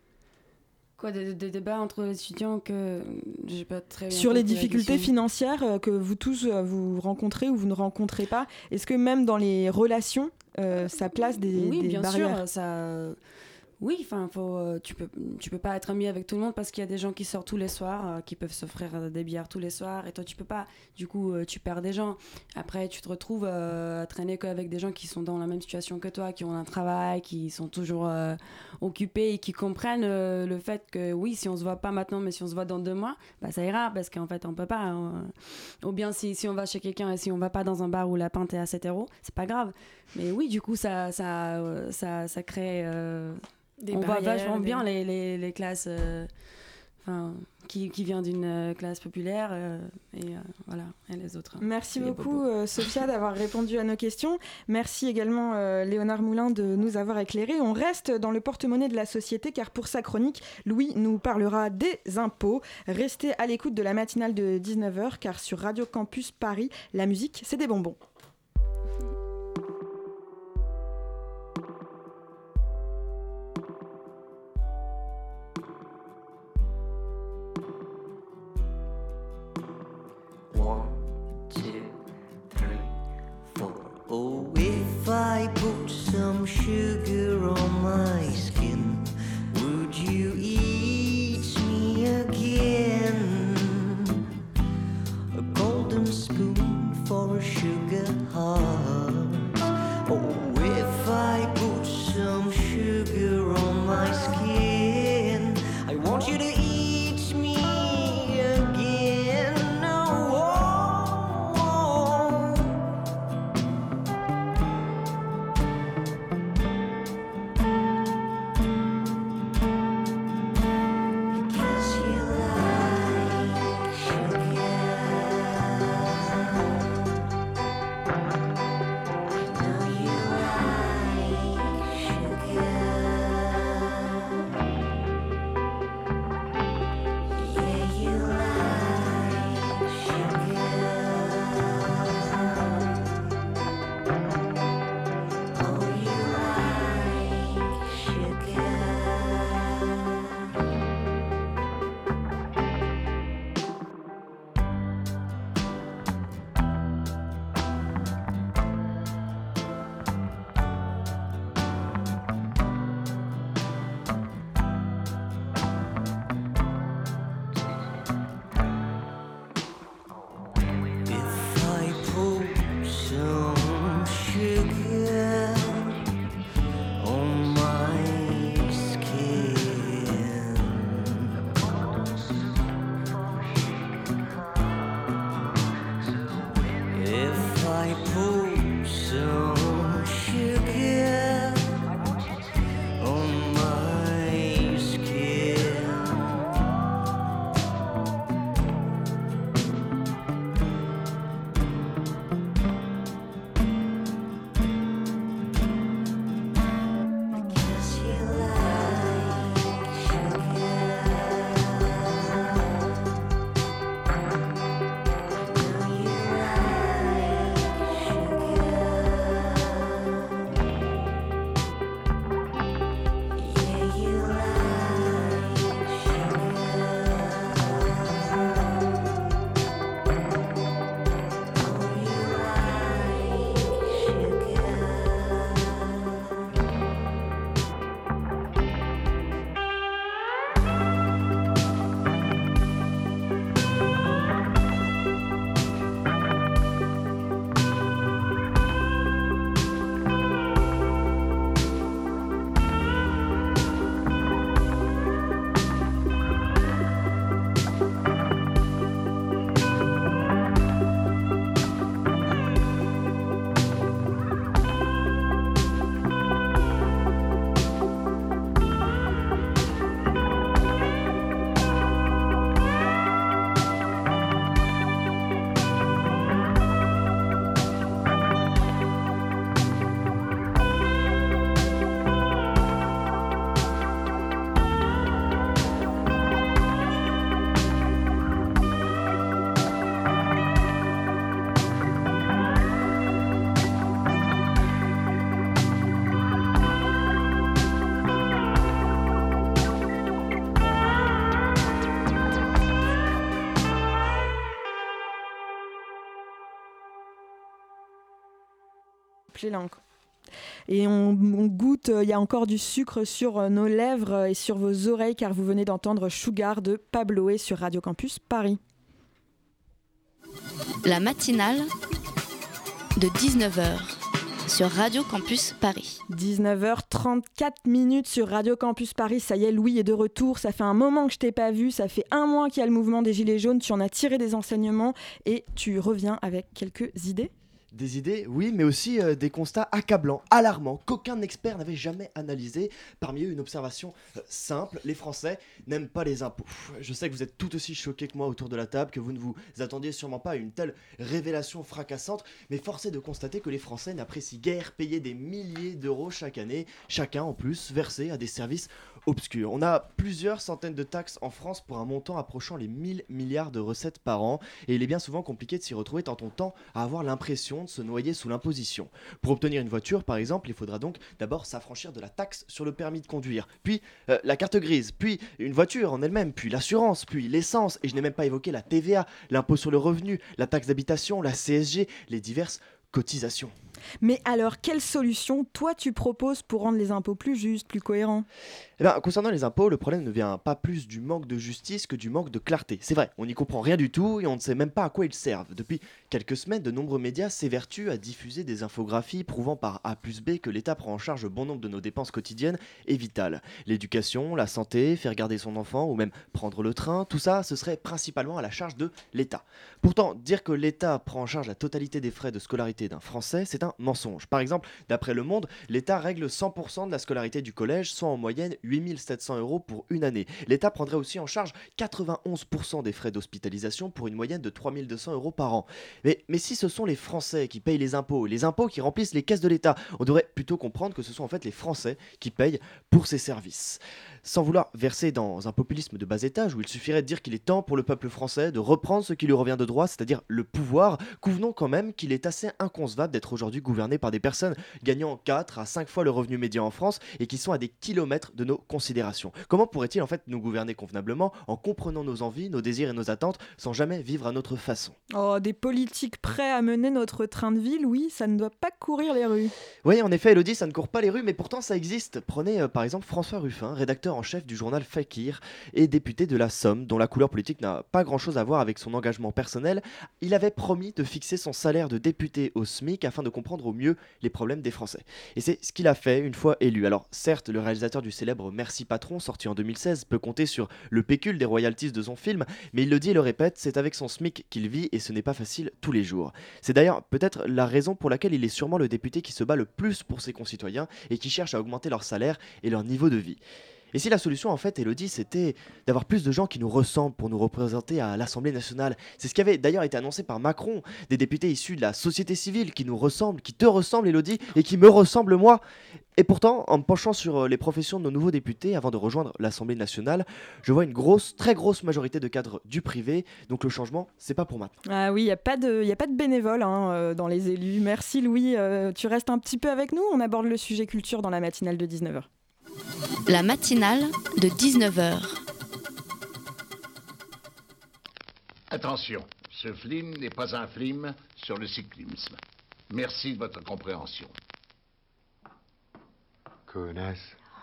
Quoi, des débats entre les étudiants que j'ai pas très bien sur les difficultés financières que vous tous vous rencontrez ou vous ne rencontrez pas. Est-ce que même dans les relations, ça place des bien barrières ? sûr, oui, tu peux pas être ami avec tout le monde parce qu'il y a des gens qui sortent tous les soirs, qui peuvent s'offrir des bières tous les soirs et toi tu peux pas. Du coup, tu perds des gens. Après, tu te retrouves à traîner qu'avec des gens qui sont dans la même situation que toi, qui ont un travail, qui sont toujours occupés et qui comprennent le fait que oui, si on se voit pas maintenant, mais si on se voit dans 2 mois, ça ira parce qu'en fait on peut pas. Ou bien si on va chez quelqu'un et si on va pas dans un bar où la pinte est à 7 €, c'est pas grave. Mais oui, du coup, ça crée. On voit vachement bien les classes qui vient d'une classe populaire et les autres. Merci beaucoup Sophia d'avoir répondu à nos questions. Merci également Léonard Moulin de nous avoir éclairés. On reste dans le porte-monnaie de la société car pour sa chronique, Louis nous parlera des impôts. Restez à l'écoute de la matinale de 19h car sur Radio Campus Paris, la musique c'est des bonbons. Oh, if I put some sugar on my skin, would you eat me plaît là encore. Et on goûte, il y a encore du sucre sur nos lèvres et sur vos oreilles car vous venez d'entendre Sugar de Pabloé sur Radio Campus Paris. La matinale de 19h sur Radio Campus Paris. 19h34 sur Radio Campus Paris. Ça y est, Louis est de retour. Ça fait un moment que je t'ai pas vu. Ça fait 1 mois qu'il y a le mouvement des Gilets jaunes. Tu en as tiré des enseignements et tu reviens avec quelques idées. Des idées, oui, mais aussi des constats accablants, alarmants, qu'aucun expert n'avait jamais analysé. Parmi eux, une observation simple, les Français n'aiment pas les impôts. Je sais que vous êtes tout aussi choqués que moi autour de la table, que vous ne vous attendiez sûrement pas à une telle révélation fracassante, mais force est de constater que les Français n'apprécient guère payer des milliers d'euros chaque année, chacun en plus versé à des services obscurs. On a plusieurs centaines de taxes en France pour un montant approchant les 1000 milliards de recettes par an, et il est bien souvent compliqué de s'y retrouver tant on tend à avoir l'impression de se noyer sous l'imposition. Pour obtenir une voiture, par exemple, il faudra donc d'abord s'affranchir de la taxe sur le permis de conduire, puis la carte grise, puis une voiture en elle-même, puis l'assurance, puis l'essence, et je n'ai même pas évoqué la TVA, l'impôt sur le revenu, la taxe d'habitation, la CSG, les diverses cotisations. Mais alors, quelle solution, toi, tu proposes pour rendre les impôts plus justes, plus cohérents ? Eh bien, concernant les impôts, le problème ne vient pas plus du manque de justice que du manque de clarté. C'est vrai, on n'y comprend rien du tout et on ne sait même pas à quoi ils servent. Depuis quelques semaines, de nombreux médias s'évertuent à diffuser des infographies prouvant par A plus B que l'État prend en charge bon nombre de nos dépenses quotidiennes et vitales. L'éducation, la santé, faire garder son enfant ou même prendre le train, tout ça, ce serait principalement à la charge de l'État. Pourtant, dire que l'État prend en charge la totalité des frais de scolarité d'un Français, c'est un mensonge. Par exemple, d'après Le Monde, l'État règle 100% de la scolarité du collège, soit en moyenne 8 700 € pour une année. L'État prendrait aussi en charge 91% des frais d'hospitalisation pour une moyenne de 3 200 € par an. Mais si ce sont les Français qui payent les impôts qui remplissent les caisses de l'État, on devrait plutôt comprendre que ce sont en fait les Français qui payent pour ces services. Sans vouloir verser dans un populisme de bas étage où il suffirait de dire qu'il est temps pour le peuple français de reprendre ce qui lui revient de droit, c'est-à-dire le pouvoir, convenons quand même qu'il est assez inconcevable d'être aujourd'hui gouverné par des personnes gagnant 4 à 5 fois le revenu médian en France et qui sont à des kilomètres de nos considérations. Comment pourrait-il en fait nous gouverner convenablement en comprenant nos envies, nos désirs et nos attentes sans jamais vivre à notre façon ? Oh, des politiques prêts à mener notre train de vie, Louis, ça ne doit pas courir les rues. Oui, en effet, Elodie, ça ne court pas les rues, mais pourtant ça existe. Prenez par exemple François Ruffin, rédacteur en chef du journal Fakir et député de la Somme, dont la couleur politique n'a pas grand-chose à voir avec son engagement personnel. Il avait promis de fixer son salaire de député au SMIC afin de comprendre au mieux les problèmes des Français. Et c'est ce qu'il a fait une fois élu. Alors certes, le réalisateur du célèbre Merci Patron, sorti en 2016, peut compter sur le pécule des royalties de son film, mais il le dit et le répète, c'est avec son SMIC qu'il vit et ce n'est pas facile tous les jours. C'est d'ailleurs peut-être la raison pour laquelle il est sûrement le député qui se bat le plus pour ses concitoyens et qui cherche à augmenter leur salaire et leur niveau de vie. Et si la solution, en fait, Elodie, c'était d'avoir plus de gens qui nous ressemblent pour nous représenter à l'Assemblée nationale. C'est ce qui avait d'ailleurs été annoncé par Macron, des députés issus de la société civile qui nous ressemblent, qui te ressemblent, Elodie, et qui me ressemblent, moi. Et pourtant, en me penchant sur les professions de nos nouveaux députés avant de rejoindre l'Assemblée nationale, je vois une très grosse majorité de cadres du privé, donc le changement, c'est pas pour maintenant. Ah oui, il n'y a pas de bénévoles dans les élus. Merci Louis, tu restes un petit peu avec nous, on aborde le sujet culture dans la matinale de 19h. La matinale de 19h. Attention, ce film n'est pas un film sur le cyclisme. Merci de votre compréhension. Connasse.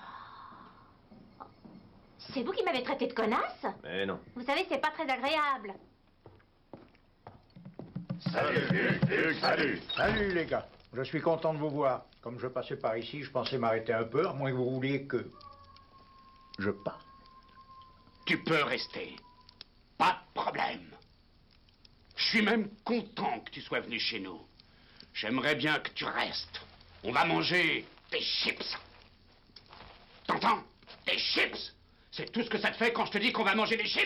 C'est vous qui m'avez traité de connasse ? Mais non. Vous savez, c'est pas très agréable. Salut les gars. Je suis content de vous voir. Comme je passais par ici, je pensais m'arrêter un peu, à moins que vous vouliez que je parte. Tu peux rester. Pas de problème. Je suis même content que tu sois venu chez nous. J'aimerais bien que tu restes. On va manger des chips. T'entends ? Des chips. C'est tout ce que ça te fait quand je te dis qu'on va manger des chips ?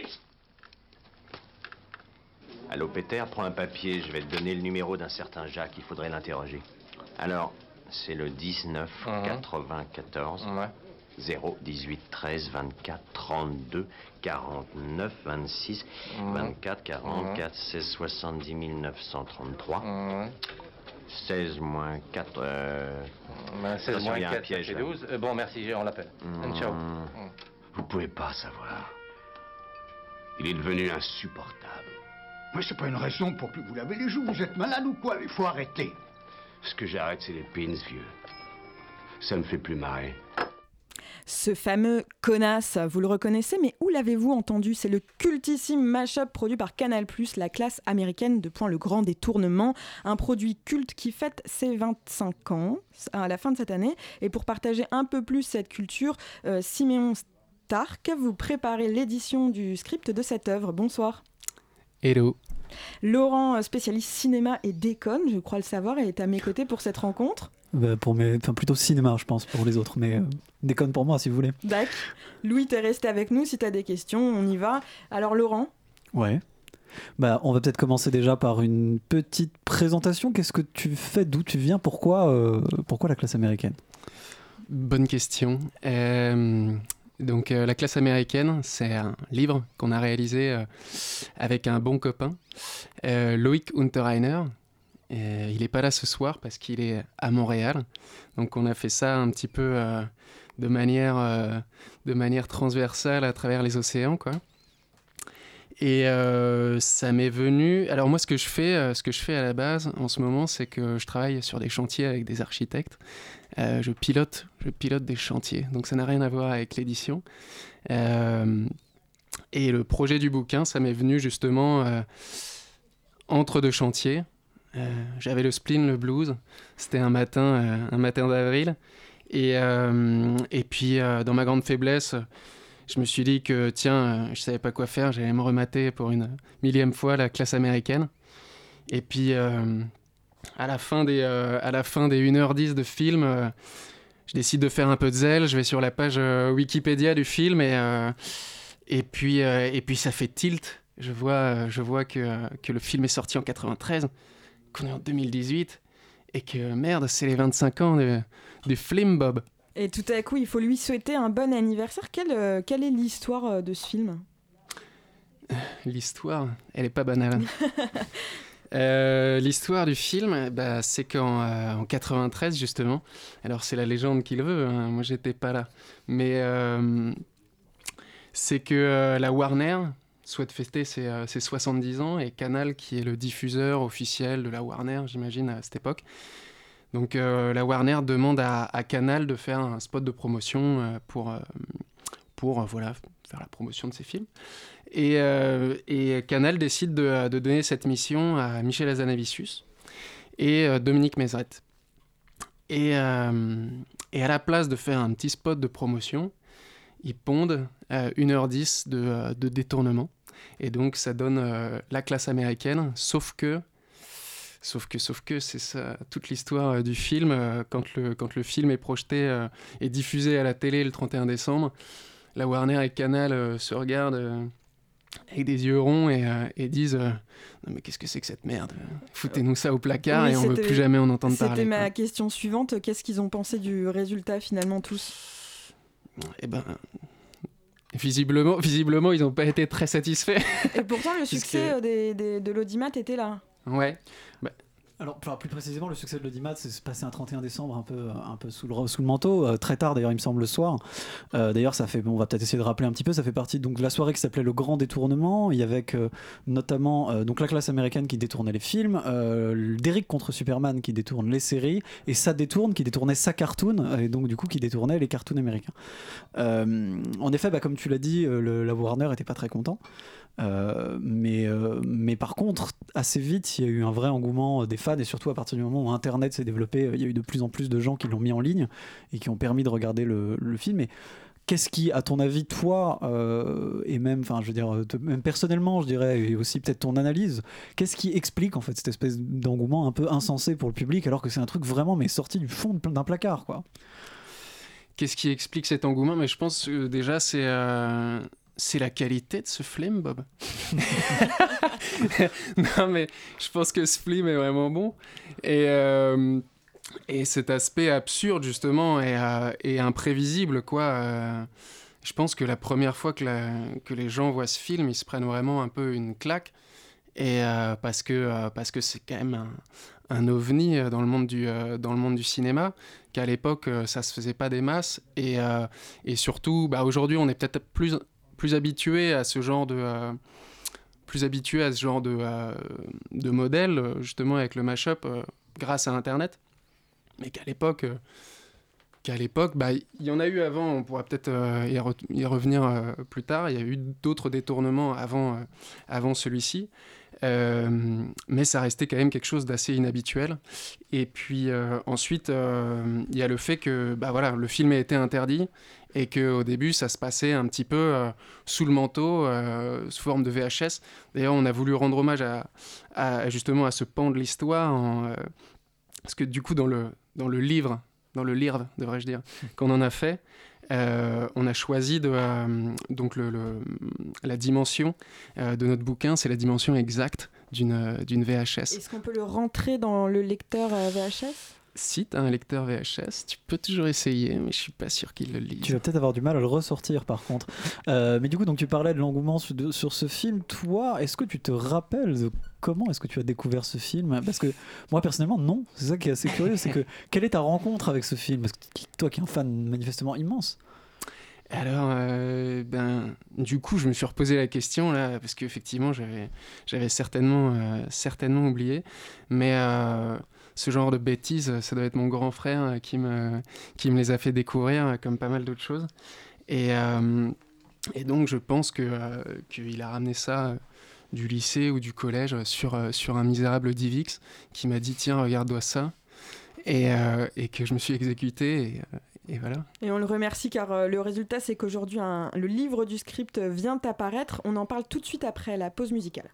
Allô Peter, prends un papier, je vais te donner le numéro d'un certain Jacques, il faudrait l'interroger. Alors, c'est le 19 94 0 18 13 24 32 49 26 24 44 16 70 933 16 moins 4 16 moins 4 piège, 12. Bon, merci, on l'appelle. Ciao. Vous pouvez pas savoir. Il est devenu insupportable. Mais c'est pas une raison pour que vous lavez les joues. Vous êtes malade ou quoi? Il faut arrêter. Ce que j'arrête, c'est les pins, vieux. Ça me fait plus marrer. Ce fameux connasse, vous le reconnaissez, mais où l'avez-vous entendu ? C'est le cultissime mash-up produit par Canal+, la classe américaine de Le Grand Détournement, un produit culte qui fête ses 25 ans à la fin de cette année. Et pour partager un peu plus cette culture, Siméon Stark, vous préparez l'édition du script de cette œuvre. Bonsoir. Hello. Laurent, spécialiste cinéma et déconne, je crois le savoir, est à mes côtés pour cette rencontre. Plutôt cinéma, je pense, pour les autres, mais déconne pour moi, si vous voulez. D'accord. Louis, t'es resté avec nous, si t'as des questions, on y va. Alors Laurent ? Ouais. On va peut-être commencer déjà par une petite présentation. Qu'est-ce que tu fais ? D'où tu viens ? Pourquoi la classe américaine ? Bonne question. Donc La classe américaine, c'est un livre qu'on a réalisé avec un bon copain, Loïc Unterreiner. Il n'est pas là ce soir parce qu'il est à Montréal. Donc on a fait ça un petit peu de manière transversale à travers les océans, quoi. Et ça m'est venu... Alors moi, ce que je fais à la base en ce moment, c'est que je travaille sur des chantiers avec des architectes. Je pilote des chantiers. Donc ça n'a rien à voir avec l'édition. Et le projet du bouquin, ça m'est venu justement entre deux chantiers. J'avais le spleen, le blues. C'était un matin d'avril. Et puis, dans ma grande faiblesse, je me suis dit que, je savais pas quoi faire. J'allais me remater pour une millième fois la classe américaine. Et puis, à la fin des 1h10 de film, je décide de faire un peu de zèle. Je vais sur la page Wikipédia du film et puis ça fait tilt. Je vois que le film est sorti en 93. Qu'on est en 2018 et que merde, c'est les 25 ans du Flim Bob. Et tout à coup, il faut lui souhaiter un bon anniversaire. Quelle est l'histoire de ce film ? L'histoire, elle est pas banale. L'histoire du film, c'est qu'en 93 justement, alors c'est la légende qui le veut, hein, moi j'étais pas là, mais c'est que la Warner souhaite fêter ses 70 ans, et Canal, qui est le diffuseur officiel de la Warner, j'imagine, à cette époque. Donc la Warner demande à Canal de faire un spot de promotion pour faire la promotion de ses films. Et Canal décide de donner cette mission à Michel Hazanavicius et Dominique Mézret. Et à la place de faire un petit spot de promotion, ils pondent 1h10 de détournement. Et donc ça donne la classe américaine, sauf que c'est ça toute l'histoire du film. Quand le film est projeté et diffusé à la télé le 31 décembre, la Warner et Canal se regardent avec des yeux ronds et disent non mais qu'est-ce que c'est que cette merde, foutez-nous ça au placard. Oui, et on ne veut plus jamais en entendre parler. C'était ma question suivante, qu'est-ce qu'ils ont pensé du résultat finalement tous ? Eh ben... Visiblement, ils n'ont pas été très satisfaits. Et pourtant, le succès de l'audimat était là. Ouais. Alors, plus précisément, le succès de l'audimat, c'est passé un 31 décembre un peu sous le manteau, très tard d'ailleurs, il me semble, le soir. D'ailleurs, on va peut-être essayer de rappeler un petit peu, ça fait partie donc, de la soirée qui s'appelait Le Grand Détournement. Il y avait notamment donc, la classe américaine qui détournait les films, Derrick contre Superman qui détourne les séries, et Ça détourne qui détournait sa cartoon, et donc du coup qui détournait les cartoons américains. En effet, comme tu l'as dit, la Warner n'était pas très content. Mais par contre, assez vite, il y a eu un vrai engouement des fans, et surtout à partir du moment où Internet s'est développé, il y a eu de plus en plus de gens qui l'ont mis en ligne et qui ont permis de regarder le film. Et qu'est-ce qui, à ton avis, toi, et même, même personnellement, je dirais, et aussi peut-être ton analyse, qu'est-ce qui explique en fait cette espèce d'engouement un peu insensé pour le public, alors que c'est un truc vraiment mais sorti du fond d'un placard, quoi. Qu'est-ce qui explique cet engouement ? Mais je pense que déjà c'est la qualité de ce film, Bob. Non, mais je pense que ce film est vraiment bon. Et cet aspect absurde, justement, et imprévisible, quoi. Je pense que la première fois que les gens voient ce film, ils se prennent vraiment un peu une claque. Et parce que c'est quand même un ovni dans le monde du cinéma, qu'à l'époque, ça se faisait pas des masses. Et surtout, aujourd'hui, on est peut-être plus habitué à ce genre de modèle, justement avec le mash-up grâce à Internet. mais qu'à l'époque, il y en a eu avant, on pourra peut-être y revenir plus tard, il y a eu d'autres détournements avant celui-ci, mais ça restait quand même quelque chose d'assez inhabituel. Et puis ensuite, il y a le fait que le film a été interdit et qu'au début, ça se passait un petit peu sous le manteau, sous forme de VHS. D'ailleurs, on a voulu rendre hommage justement à ce pan de l'histoire, parce que du coup, dans le livre, devrais-je dire, qu'on en a fait, on a choisi donc la dimension de notre bouquin, c'est la dimension exacte d'une VHS. Est-ce qu'on peut le rentrer dans le lecteur VHS ? Si tu as un lecteur VHS, tu peux toujours essayer, mais je suis pas sûr qu'il le lise. Tu vas peut-être avoir du mal à le ressortir par contre. Mais du coup, donc tu parlais de l'engouement sur ce film. Toi, est-ce que tu te rappelles de comment est-ce que tu as découvert ce film ? Parce que moi personnellement, non. C'est ça qui est assez curieux, c'est que quelle est ta rencontre avec ce film ? Parce que toi qui es un fan manifestement immense. Alors, du coup, je me suis reposé la question là, parce qu'effectivement, j'avais certainement oublié, mais ce genre de bêtises, ça doit être mon grand frère qui me les a fait découvrir, comme pas mal d'autres choses. Et donc, je pense qu'il a ramené ça du lycée ou du collège sur un misérable DivX qui m'a dit « Tiens, regarde-toi ça ». Et que je me suis exécuté et voilà. Et on le remercie car le résultat, c'est qu'aujourd'hui, le livre du script vient apparaître. On en parle tout de suite après la pause musicale.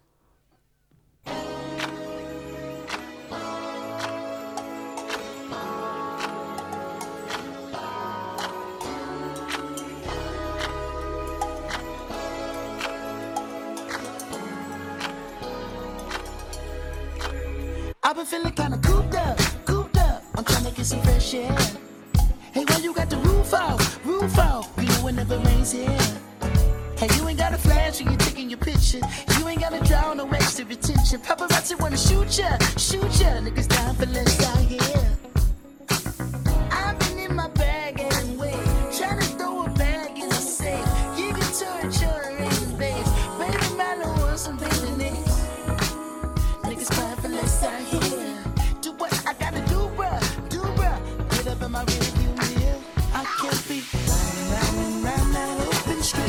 I've been feeling kinda cooped up. I'm trying to get some fresh air. Hey, why you got the roof off? You know it never rains here. Hey, you ain't got a flash when you're taking your picture. You ain't gotta draw no extra attention. Paparazzi wanna shoot ya. Niggas down for less out here. I've been in my bag and wait, trying to throw a bag in the safe. You can turn in base. Baby, man, I want some baby names. Niggas crying for less out here. Do what I gotta do, bruh. Get up in my rearview mirror. I can't be round that open street.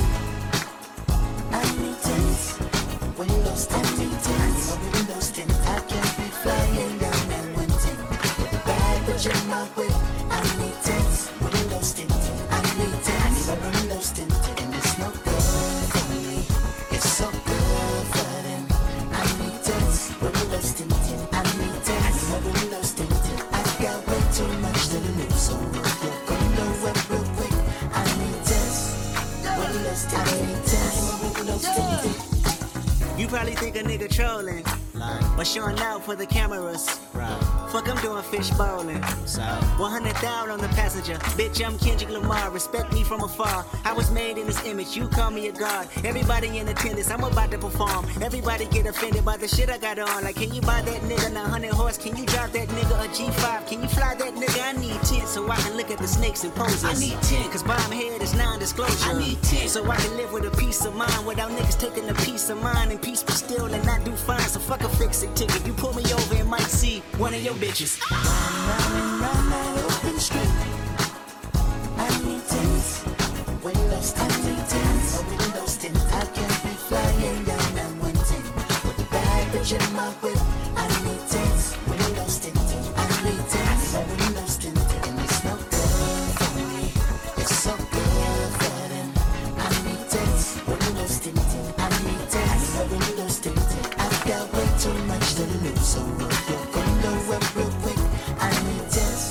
I need tents, windows tents, windows tents. I can't be flying down that one tent with a bag bitch in my whip. I need tents, windows tents. I need tents, windows tents, and it's no good for me. It's so good for them. I need tents, windows tents. I need tents, windows tents. I got way too much to lose, so you're gonna know it real quick. I need tents, windows tents. I need tents, windows tents. You probably think a nigga trolling, but showing out for the cameras. Fuck, I'm doing fish bowling. 100,000 on the passenger. Bitch, I'm Kendrick Lamar. Respect me from afar. I was made in this image. You call me a god. Everybody in attendance. I'm about to perform. Everybody get offended by the shit I got on. Like, can you buy that nigga 900 horse? Can you drive that nigga a G5? Can you fly that nigga? I need 10 so I can look at the snakes and poses. I need 10 cause bomb head is non-disclosure. I need 10 so I can live with a peace of mind without niggas taking a piece of mine and peace be still and not do fine. So fuck a fix-it ticket. You pull me over and might see one of your bitches. Round that open street. I need tents, windows tents. I need tents, windows tents. I can't be flying down that one tent with the bag bitch in my whip. I need tents, windows tents. I need tents, windows tents. And it's no good for me. It's so good for them. I need tents, windows tents. I need tents, windows tents. I've got way too much to lose, so you're gonna know it real quick. I need tents.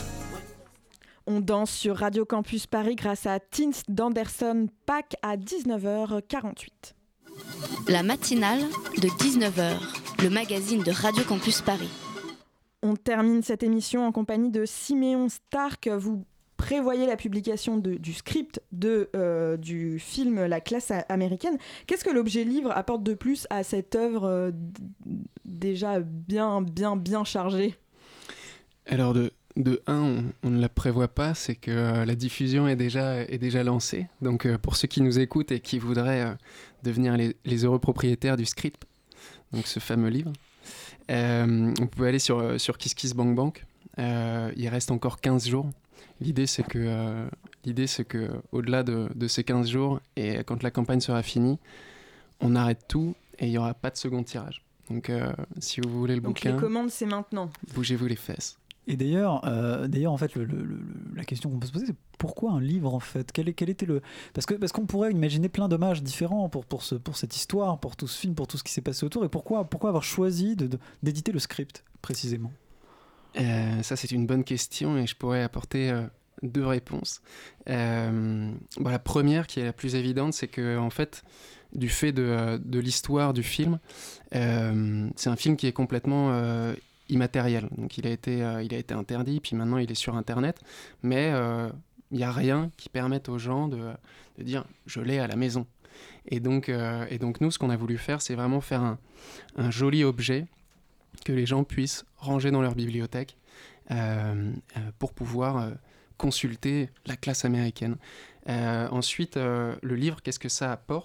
On danse sur Radio Campus Paris grâce à Teens d'Anderson Paak à 19h48. La matinale de 19h, le magazine de Radio Campus Paris. On termine cette émission en compagnie de Siméon Stark. Vous prévoyez la publication du script du film La classe américaine. Qu'est-ce que l'objet livre apporte de plus à cette œuvre déjà bien chargée ? Alors de un, on ne la prévoit pas, c'est que la diffusion est déjà lancée. Donc pour ceux qui nous écoutent et qui voudraient devenir les heureux propriétaires du script, donc ce fameux livre, on peut aller sur Kiss Kiss Bank Bank, il reste encore 15 jours. L'idée, c'est que au-delà de ces 15 jours, et quand la campagne sera finie, on arrête tout et il n'y aura pas de second tirage. Donc, si vous voulez le bouquin... Donc, les commandes, c'est maintenant. Bougez-vous les fesses. Et d'ailleurs, en fait, la question qu'on peut se poser, c'est pourquoi un livre, en fait ? Quel était le... Parce qu'on pourrait imaginer plein d'hommages différents pour cette histoire, pour tout ce film, pour tout ce qui s'est passé autour. Et pourquoi avoir choisi d'éditer le script, précisément ? Ça, c'est une bonne question et je pourrais apporter 2 réponses. La première, qui est la plus évidente, c'est que, en fait, du fait de l'histoire du film, c'est un film qui est complètement... immatériel. Donc il a été interdit, puis maintenant il est sur Internet, mais il n'y a rien qui permette aux gens de dire « je l'ai à la maison ». Et donc nous, ce qu'on a voulu faire, c'est vraiment faire un joli objet que les gens puissent ranger dans leur bibliothèque pour pouvoir consulter la classe américaine. Ensuite, le livre, qu'est-ce que ça apporte ?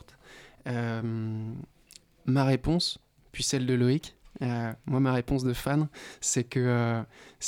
Ma réponse, puis celle de Loïc, moi, ma réponse de fan, c'est que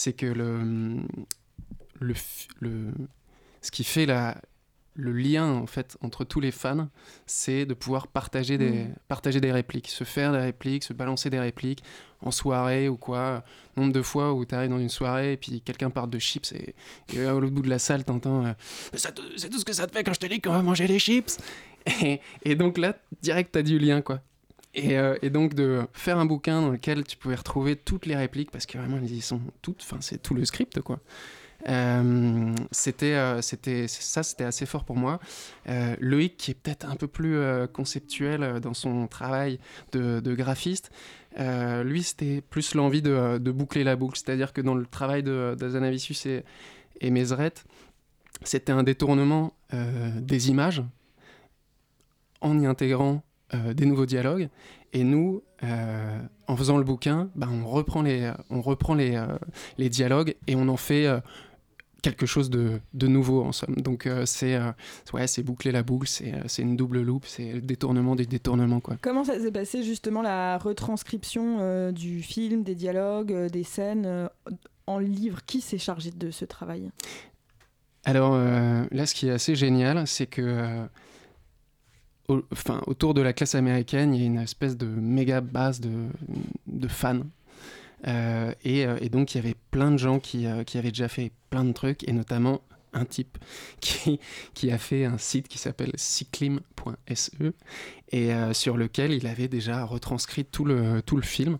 ce qui fait le lien en fait entre tous les fans, c'est de pouvoir partager des répliques, se faire des répliques, se balancer des répliques en soirée ou quoi. Nombre de fois où tu arrives dans une soirée et puis quelqu'un parle de chips et à l'autre bout de la salle t'entends c'est tout ce que ça te fait quand je te dis qu'on va manger les chips. Et donc là, direct t'as du lien quoi. Et donc de faire un bouquin dans lequel tu pouvais retrouver toutes les répliques, parce que vraiment elles y sont toutes, enfin c'est tout le script quoi. C'était assez fort pour moi. Loïc, qui est peut-être un peu plus conceptuel dans son travail de graphiste, lui c'était plus l'envie de boucler la boucle, c'est-à-dire que dans le travail d'Azanavicius et Mézeret, c'était un détournement des images en y intégrant des nouveaux dialogues, et nous en faisant le bouquin, on reprend les dialogues et on en fait quelque chose de nouveau en somme. Donc c'est boucler la boucle, c'est une double loupe, c'est le détournement des détournements quoi. Comment ça s'est passé justement la retranscription du film, des dialogues, des scènes en livre ? Qui s'est chargé de ce travail ? Alors là, ce qui est assez génial, c'est que autour de la classe américaine, il y a une espèce de méga base de fans. Et donc, il y avait plein de gens qui avaient déjà fait plein de trucs, et notamment un type qui a fait un site qui s'appelle cyclim.se, et sur lequel il avait déjà retranscrit tout le film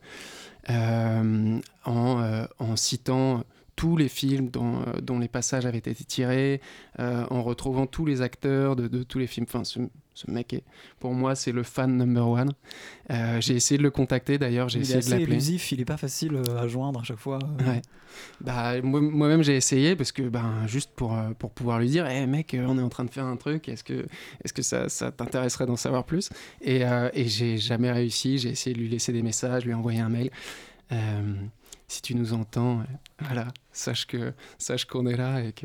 en citant tous les films dont les passages avaient été tirés, en retrouvant tous les acteurs de tous les films. Enfin, ce mec, pour moi, c'est le fan number one. J'ai essayé de le contacter, d'ailleurs, j'ai essayé de l'appeler. Il est assez élusif, il n'est pas facile à joindre à chaque fois. Ouais. Moi-même, j'ai essayé, parce que juste pour pouvoir lui dire hey, « mec, on est en train de faire un truc, est-ce que ça t'intéresserait d'en savoir plus ?» Et j'ai jamais réussi, j'ai essayé de lui laisser des messages, lui envoyer un mail. Si tu nous entends, voilà, sache qu'on est là et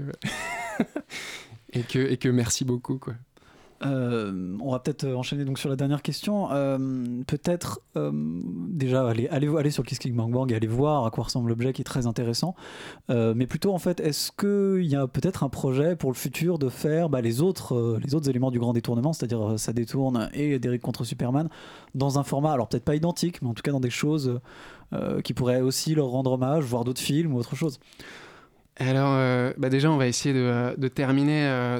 que merci beaucoup quoi. On va peut-être enchaîner donc sur la dernière question. Peut-être déjà aller sur Kiss Kiss Bang Bang et aller voir à quoi ressemble l'objet, qui est très intéressant. Mais plutôt en fait, est-ce qu'il y a peut-être un projet pour le futur de faire les autres éléments du grand détournement, c'est-à-dire Ça détourne et Derrick contre Superman, dans un format, alors peut-être pas identique, mais en tout cas dans des choses qui pourraient aussi leur rendre hommage, voir d'autres films ou autre chose? Alors, déjà, on va essayer de terminer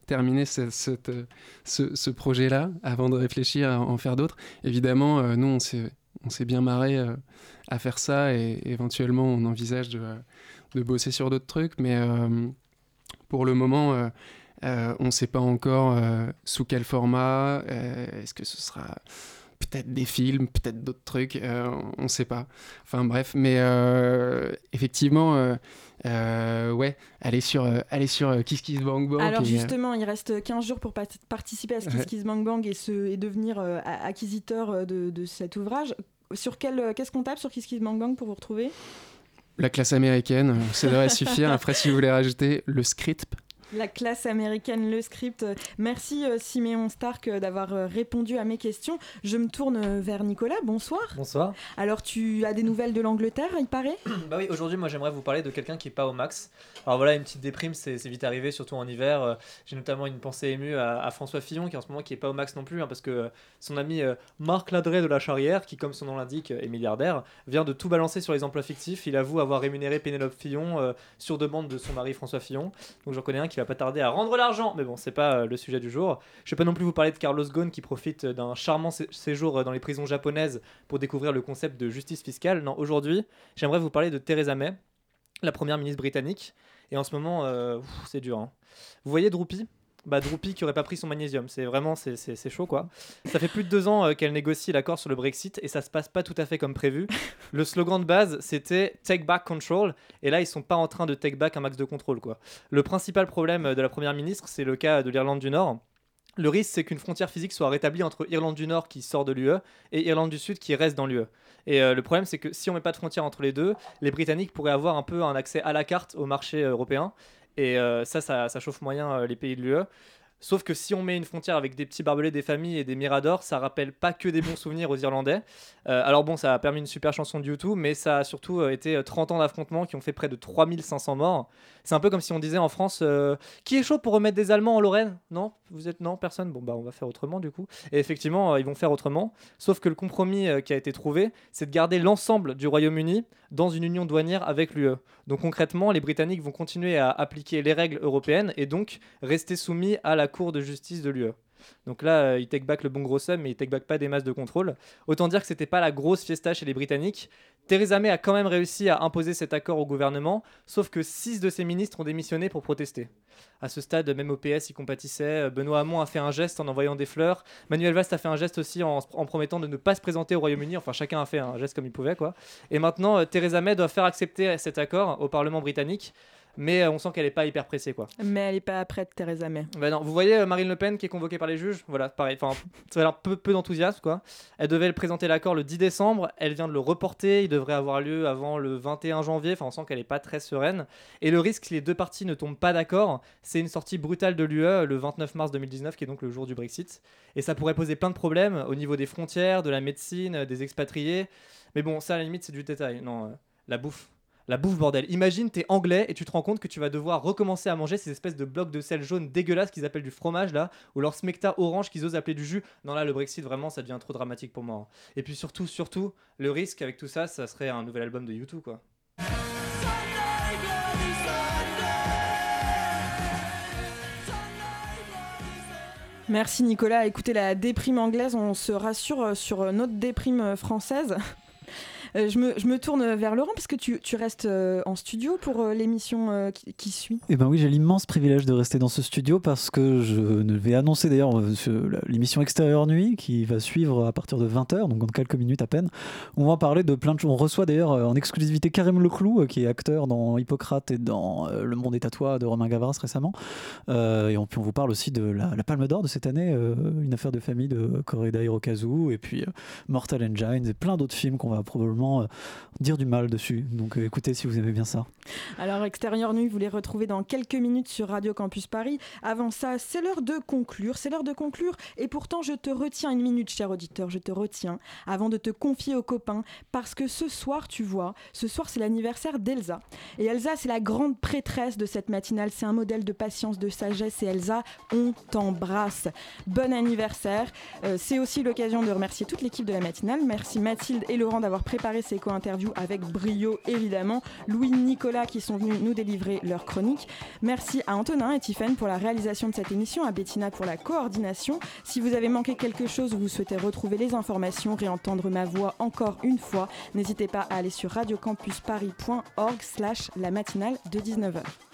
ce projet-là avant de réfléchir à en faire d'autres. Évidemment, nous, on s'est bien marré à faire ça, et éventuellement, on envisage de bosser sur d'autres trucs. Mais pour le moment, on ne sait pas encore sous quel format. Est-ce que ce sera peut-être des films, peut-être d'autres trucs, on ne sait pas. Enfin bref, mais effectivement... allez sur Kiss Kiss Bang Bang. Alors justement, il reste 15 jours pour participer à ce Kiss Kiss Bang Bang et devenir acquisiteur de cet ouvrage. Qu'est-ce qu'on tape sur Kiss Kiss Bang Bang pour vous retrouver ? La classe américaine, ça devrait suffire. Après, si vous voulez rajouter le script, La classe américaine, le script. Merci Siméon Stark d'avoir répondu à mes questions. Je me tourne vers Nicolas. Bonsoir. Bonsoir. Alors tu as des nouvelles de l'Angleterre, il paraît ? Bah oui, aujourd'hui moi j'aimerais vous parler de quelqu'un qui est pas au max. Alors voilà, une petite déprime, c'est vite arrivé, surtout en hiver. J'ai notamment une pensée émue à François Fillon qui en ce moment qui est pas au max non plus, hein, parce que son ami Marc Ladré de la Charrière, qui comme son nom l'indique est milliardaire, vient de tout balancer sur les emplois fictifs. Il avoue avoir rémunéré Pénélope Fillon sur demande de son mari François Fillon. Donc j'en connais un qui va pas tarder à rendre l'argent, mais bon, c'est pas le sujet du jour. Je vais pas non plus vous parler de Carlos Ghosn qui profite d'un charmant séjour dans les prisons japonaises pour découvrir le concept de justice fiscale. Non, aujourd'hui, j'aimerais vous parler de Theresa May, la première ministre britannique. Et en ce moment, c'est dur. Hein. Vous voyez Droopy ? Droopy qui aurait pas pris son magnésium, c'est vraiment c'est chaud quoi. Ça fait plus de 2 ans qu'elle négocie l'accord sur le Brexit et ça se passe pas tout à fait comme prévu. Le slogan de base c'était Take Back Control et là ils sont pas en train de take back un max de contrôle quoi. Le principal problème de la première ministre c'est le cas de l'Irlande du Nord. Le risque c'est qu'une frontière physique soit rétablie entre Irlande du Nord qui sort de l'UE et Irlande du Sud qui reste dans l'UE. Et le problème c'est que si on met pas de frontière entre les deux, les Britanniques pourraient avoir un peu un accès à la carte au marché européen. Et ça chauffe moyen les pays de l'UE. Sauf que si on met une frontière avec des petits barbelés, des familles et des miradors, ça rappelle pas que des bons souvenirs aux Irlandais. Alors bon, ça a permis une super chanson de U2, mais ça a surtout été 30 ans d'affrontements qui ont fait près de 3500 morts. C'est un peu comme si on disait en France qui est chaud pour remettre des Allemands en Lorraine ? Non ? Vous êtes non ? Personne ? Bon, on va faire autrement du coup. Et effectivement, ils vont faire autrement. Sauf que le compromis qui a été trouvé, c'est de garder l'ensemble du Royaume-Uni dans une union douanière avec l'UE. Donc concrètement, les Britanniques vont continuer à appliquer les règles européennes et donc rester soumis à la Cour de justice de l'UE. Donc là, ils take back le bon gros somme, mais ils take back pas des masses de contrôle. Autant dire que c'était pas la grosse fiesta chez les Britanniques. Theresa May a quand même réussi à imposer cet accord au gouvernement, sauf que 6 de ses ministres ont démissionné pour protester. À ce stade, même au PS, ils compatissaient. Benoît Hamon a fait un geste en envoyant des fleurs. Manuel Valls a fait un geste aussi en promettant de ne pas se présenter au Royaume-Uni. Enfin, chacun a fait un geste comme il pouvait, quoi. Et maintenant, Theresa May doit faire accepter cet accord au Parlement britannique. Mais on sent qu'elle n'est pas hyper pressée, quoi. Mais elle n'est pas prête, Theresa May. Non, vous voyez Marine Le Pen qui est convoquée par les juges, voilà, pareil, ça a l'air peu d'enthousiasme, quoi. Elle devait présenter l'accord le 10 décembre, elle vient de le reporter, il devrait avoir lieu avant le 21 janvier, on sent qu'elle n'est pas très sereine. Et le risque, si les deux parties ne tombent pas d'accord, c'est une sortie brutale de l'UE le 29 mars 2019, qui est donc le jour du Brexit. Et ça pourrait poser plein de problèmes au niveau des frontières, de la médecine, des expatriés. Mais bon, ça à la limite, c'est du détail. Non, la bouffe. La bouffe, bordel. Imagine, t'es anglais et tu te rends compte que tu vas devoir recommencer à manger ces espèces de blocs de sel jaune dégueulasses qu'ils appellent du fromage, là, ou leur smecta orange qu'ils osent appeler du jus. Non, là, le Brexit, vraiment, ça devient trop dramatique pour moi. Et puis surtout, le risque avec tout ça, ça serait un nouvel album de U2, quoi. Merci Nicolas. Écoutez, la déprime anglaise, on se rassure sur notre déprime française. Je me tourne vers Laurent parce que tu restes en studio pour l'émission qui suit. Eh ben oui, j'ai l'immense privilège de rester dans ce studio parce que je vais annoncer d'ailleurs l'émission Extérieur Nuit qui va suivre à partir de 20h, donc dans quelques minutes à peine. On va parler de plein de choses. On reçoit d'ailleurs en exclusivité Karim Leclou qui est acteur dans Hippocrate et dans Le Monde est à toi de Romain Gavras récemment. Et on vous parle aussi de la Palme d'Or de cette année, Une affaire de famille de Corrida Hirokazu et puis Mortal Engines et plein d'autres films qu'on va probablement dire du mal dessus. Donc écoutez si vous aimez bien ça. Alors Extérieur Nuit, vous les retrouvez dans quelques minutes sur Radio Campus Paris. Avant ça, c'est l'heure de conclure. Et pourtant, je te retiens une minute, cher auditeur. Je te retiens avant de te confier aux copains parce que ce soir, c'est l'anniversaire d'Elsa. Et Elsa, c'est la grande prêtresse de cette matinale. C'est un modèle de patience, de sagesse. Et Elsa, on t'embrasse. Bon anniversaire. C'est aussi l'occasion de remercier toute l'équipe de la matinale. Merci Mathilde et Laurent d'avoir préparé ces co-interviews avec brio, évidemment. Louis, Nicolas qui sont venus nous délivrer leur chronique. Merci à Antonin et Tiffaine pour la réalisation de cette émission, à Bettina pour la coordination. Si vous avez manqué quelque chose ou vous souhaitez retrouver les informations, réentendre ma voix encore une fois, n'hésitez pas à aller sur radiocampusparis.org/la matinale de 19h.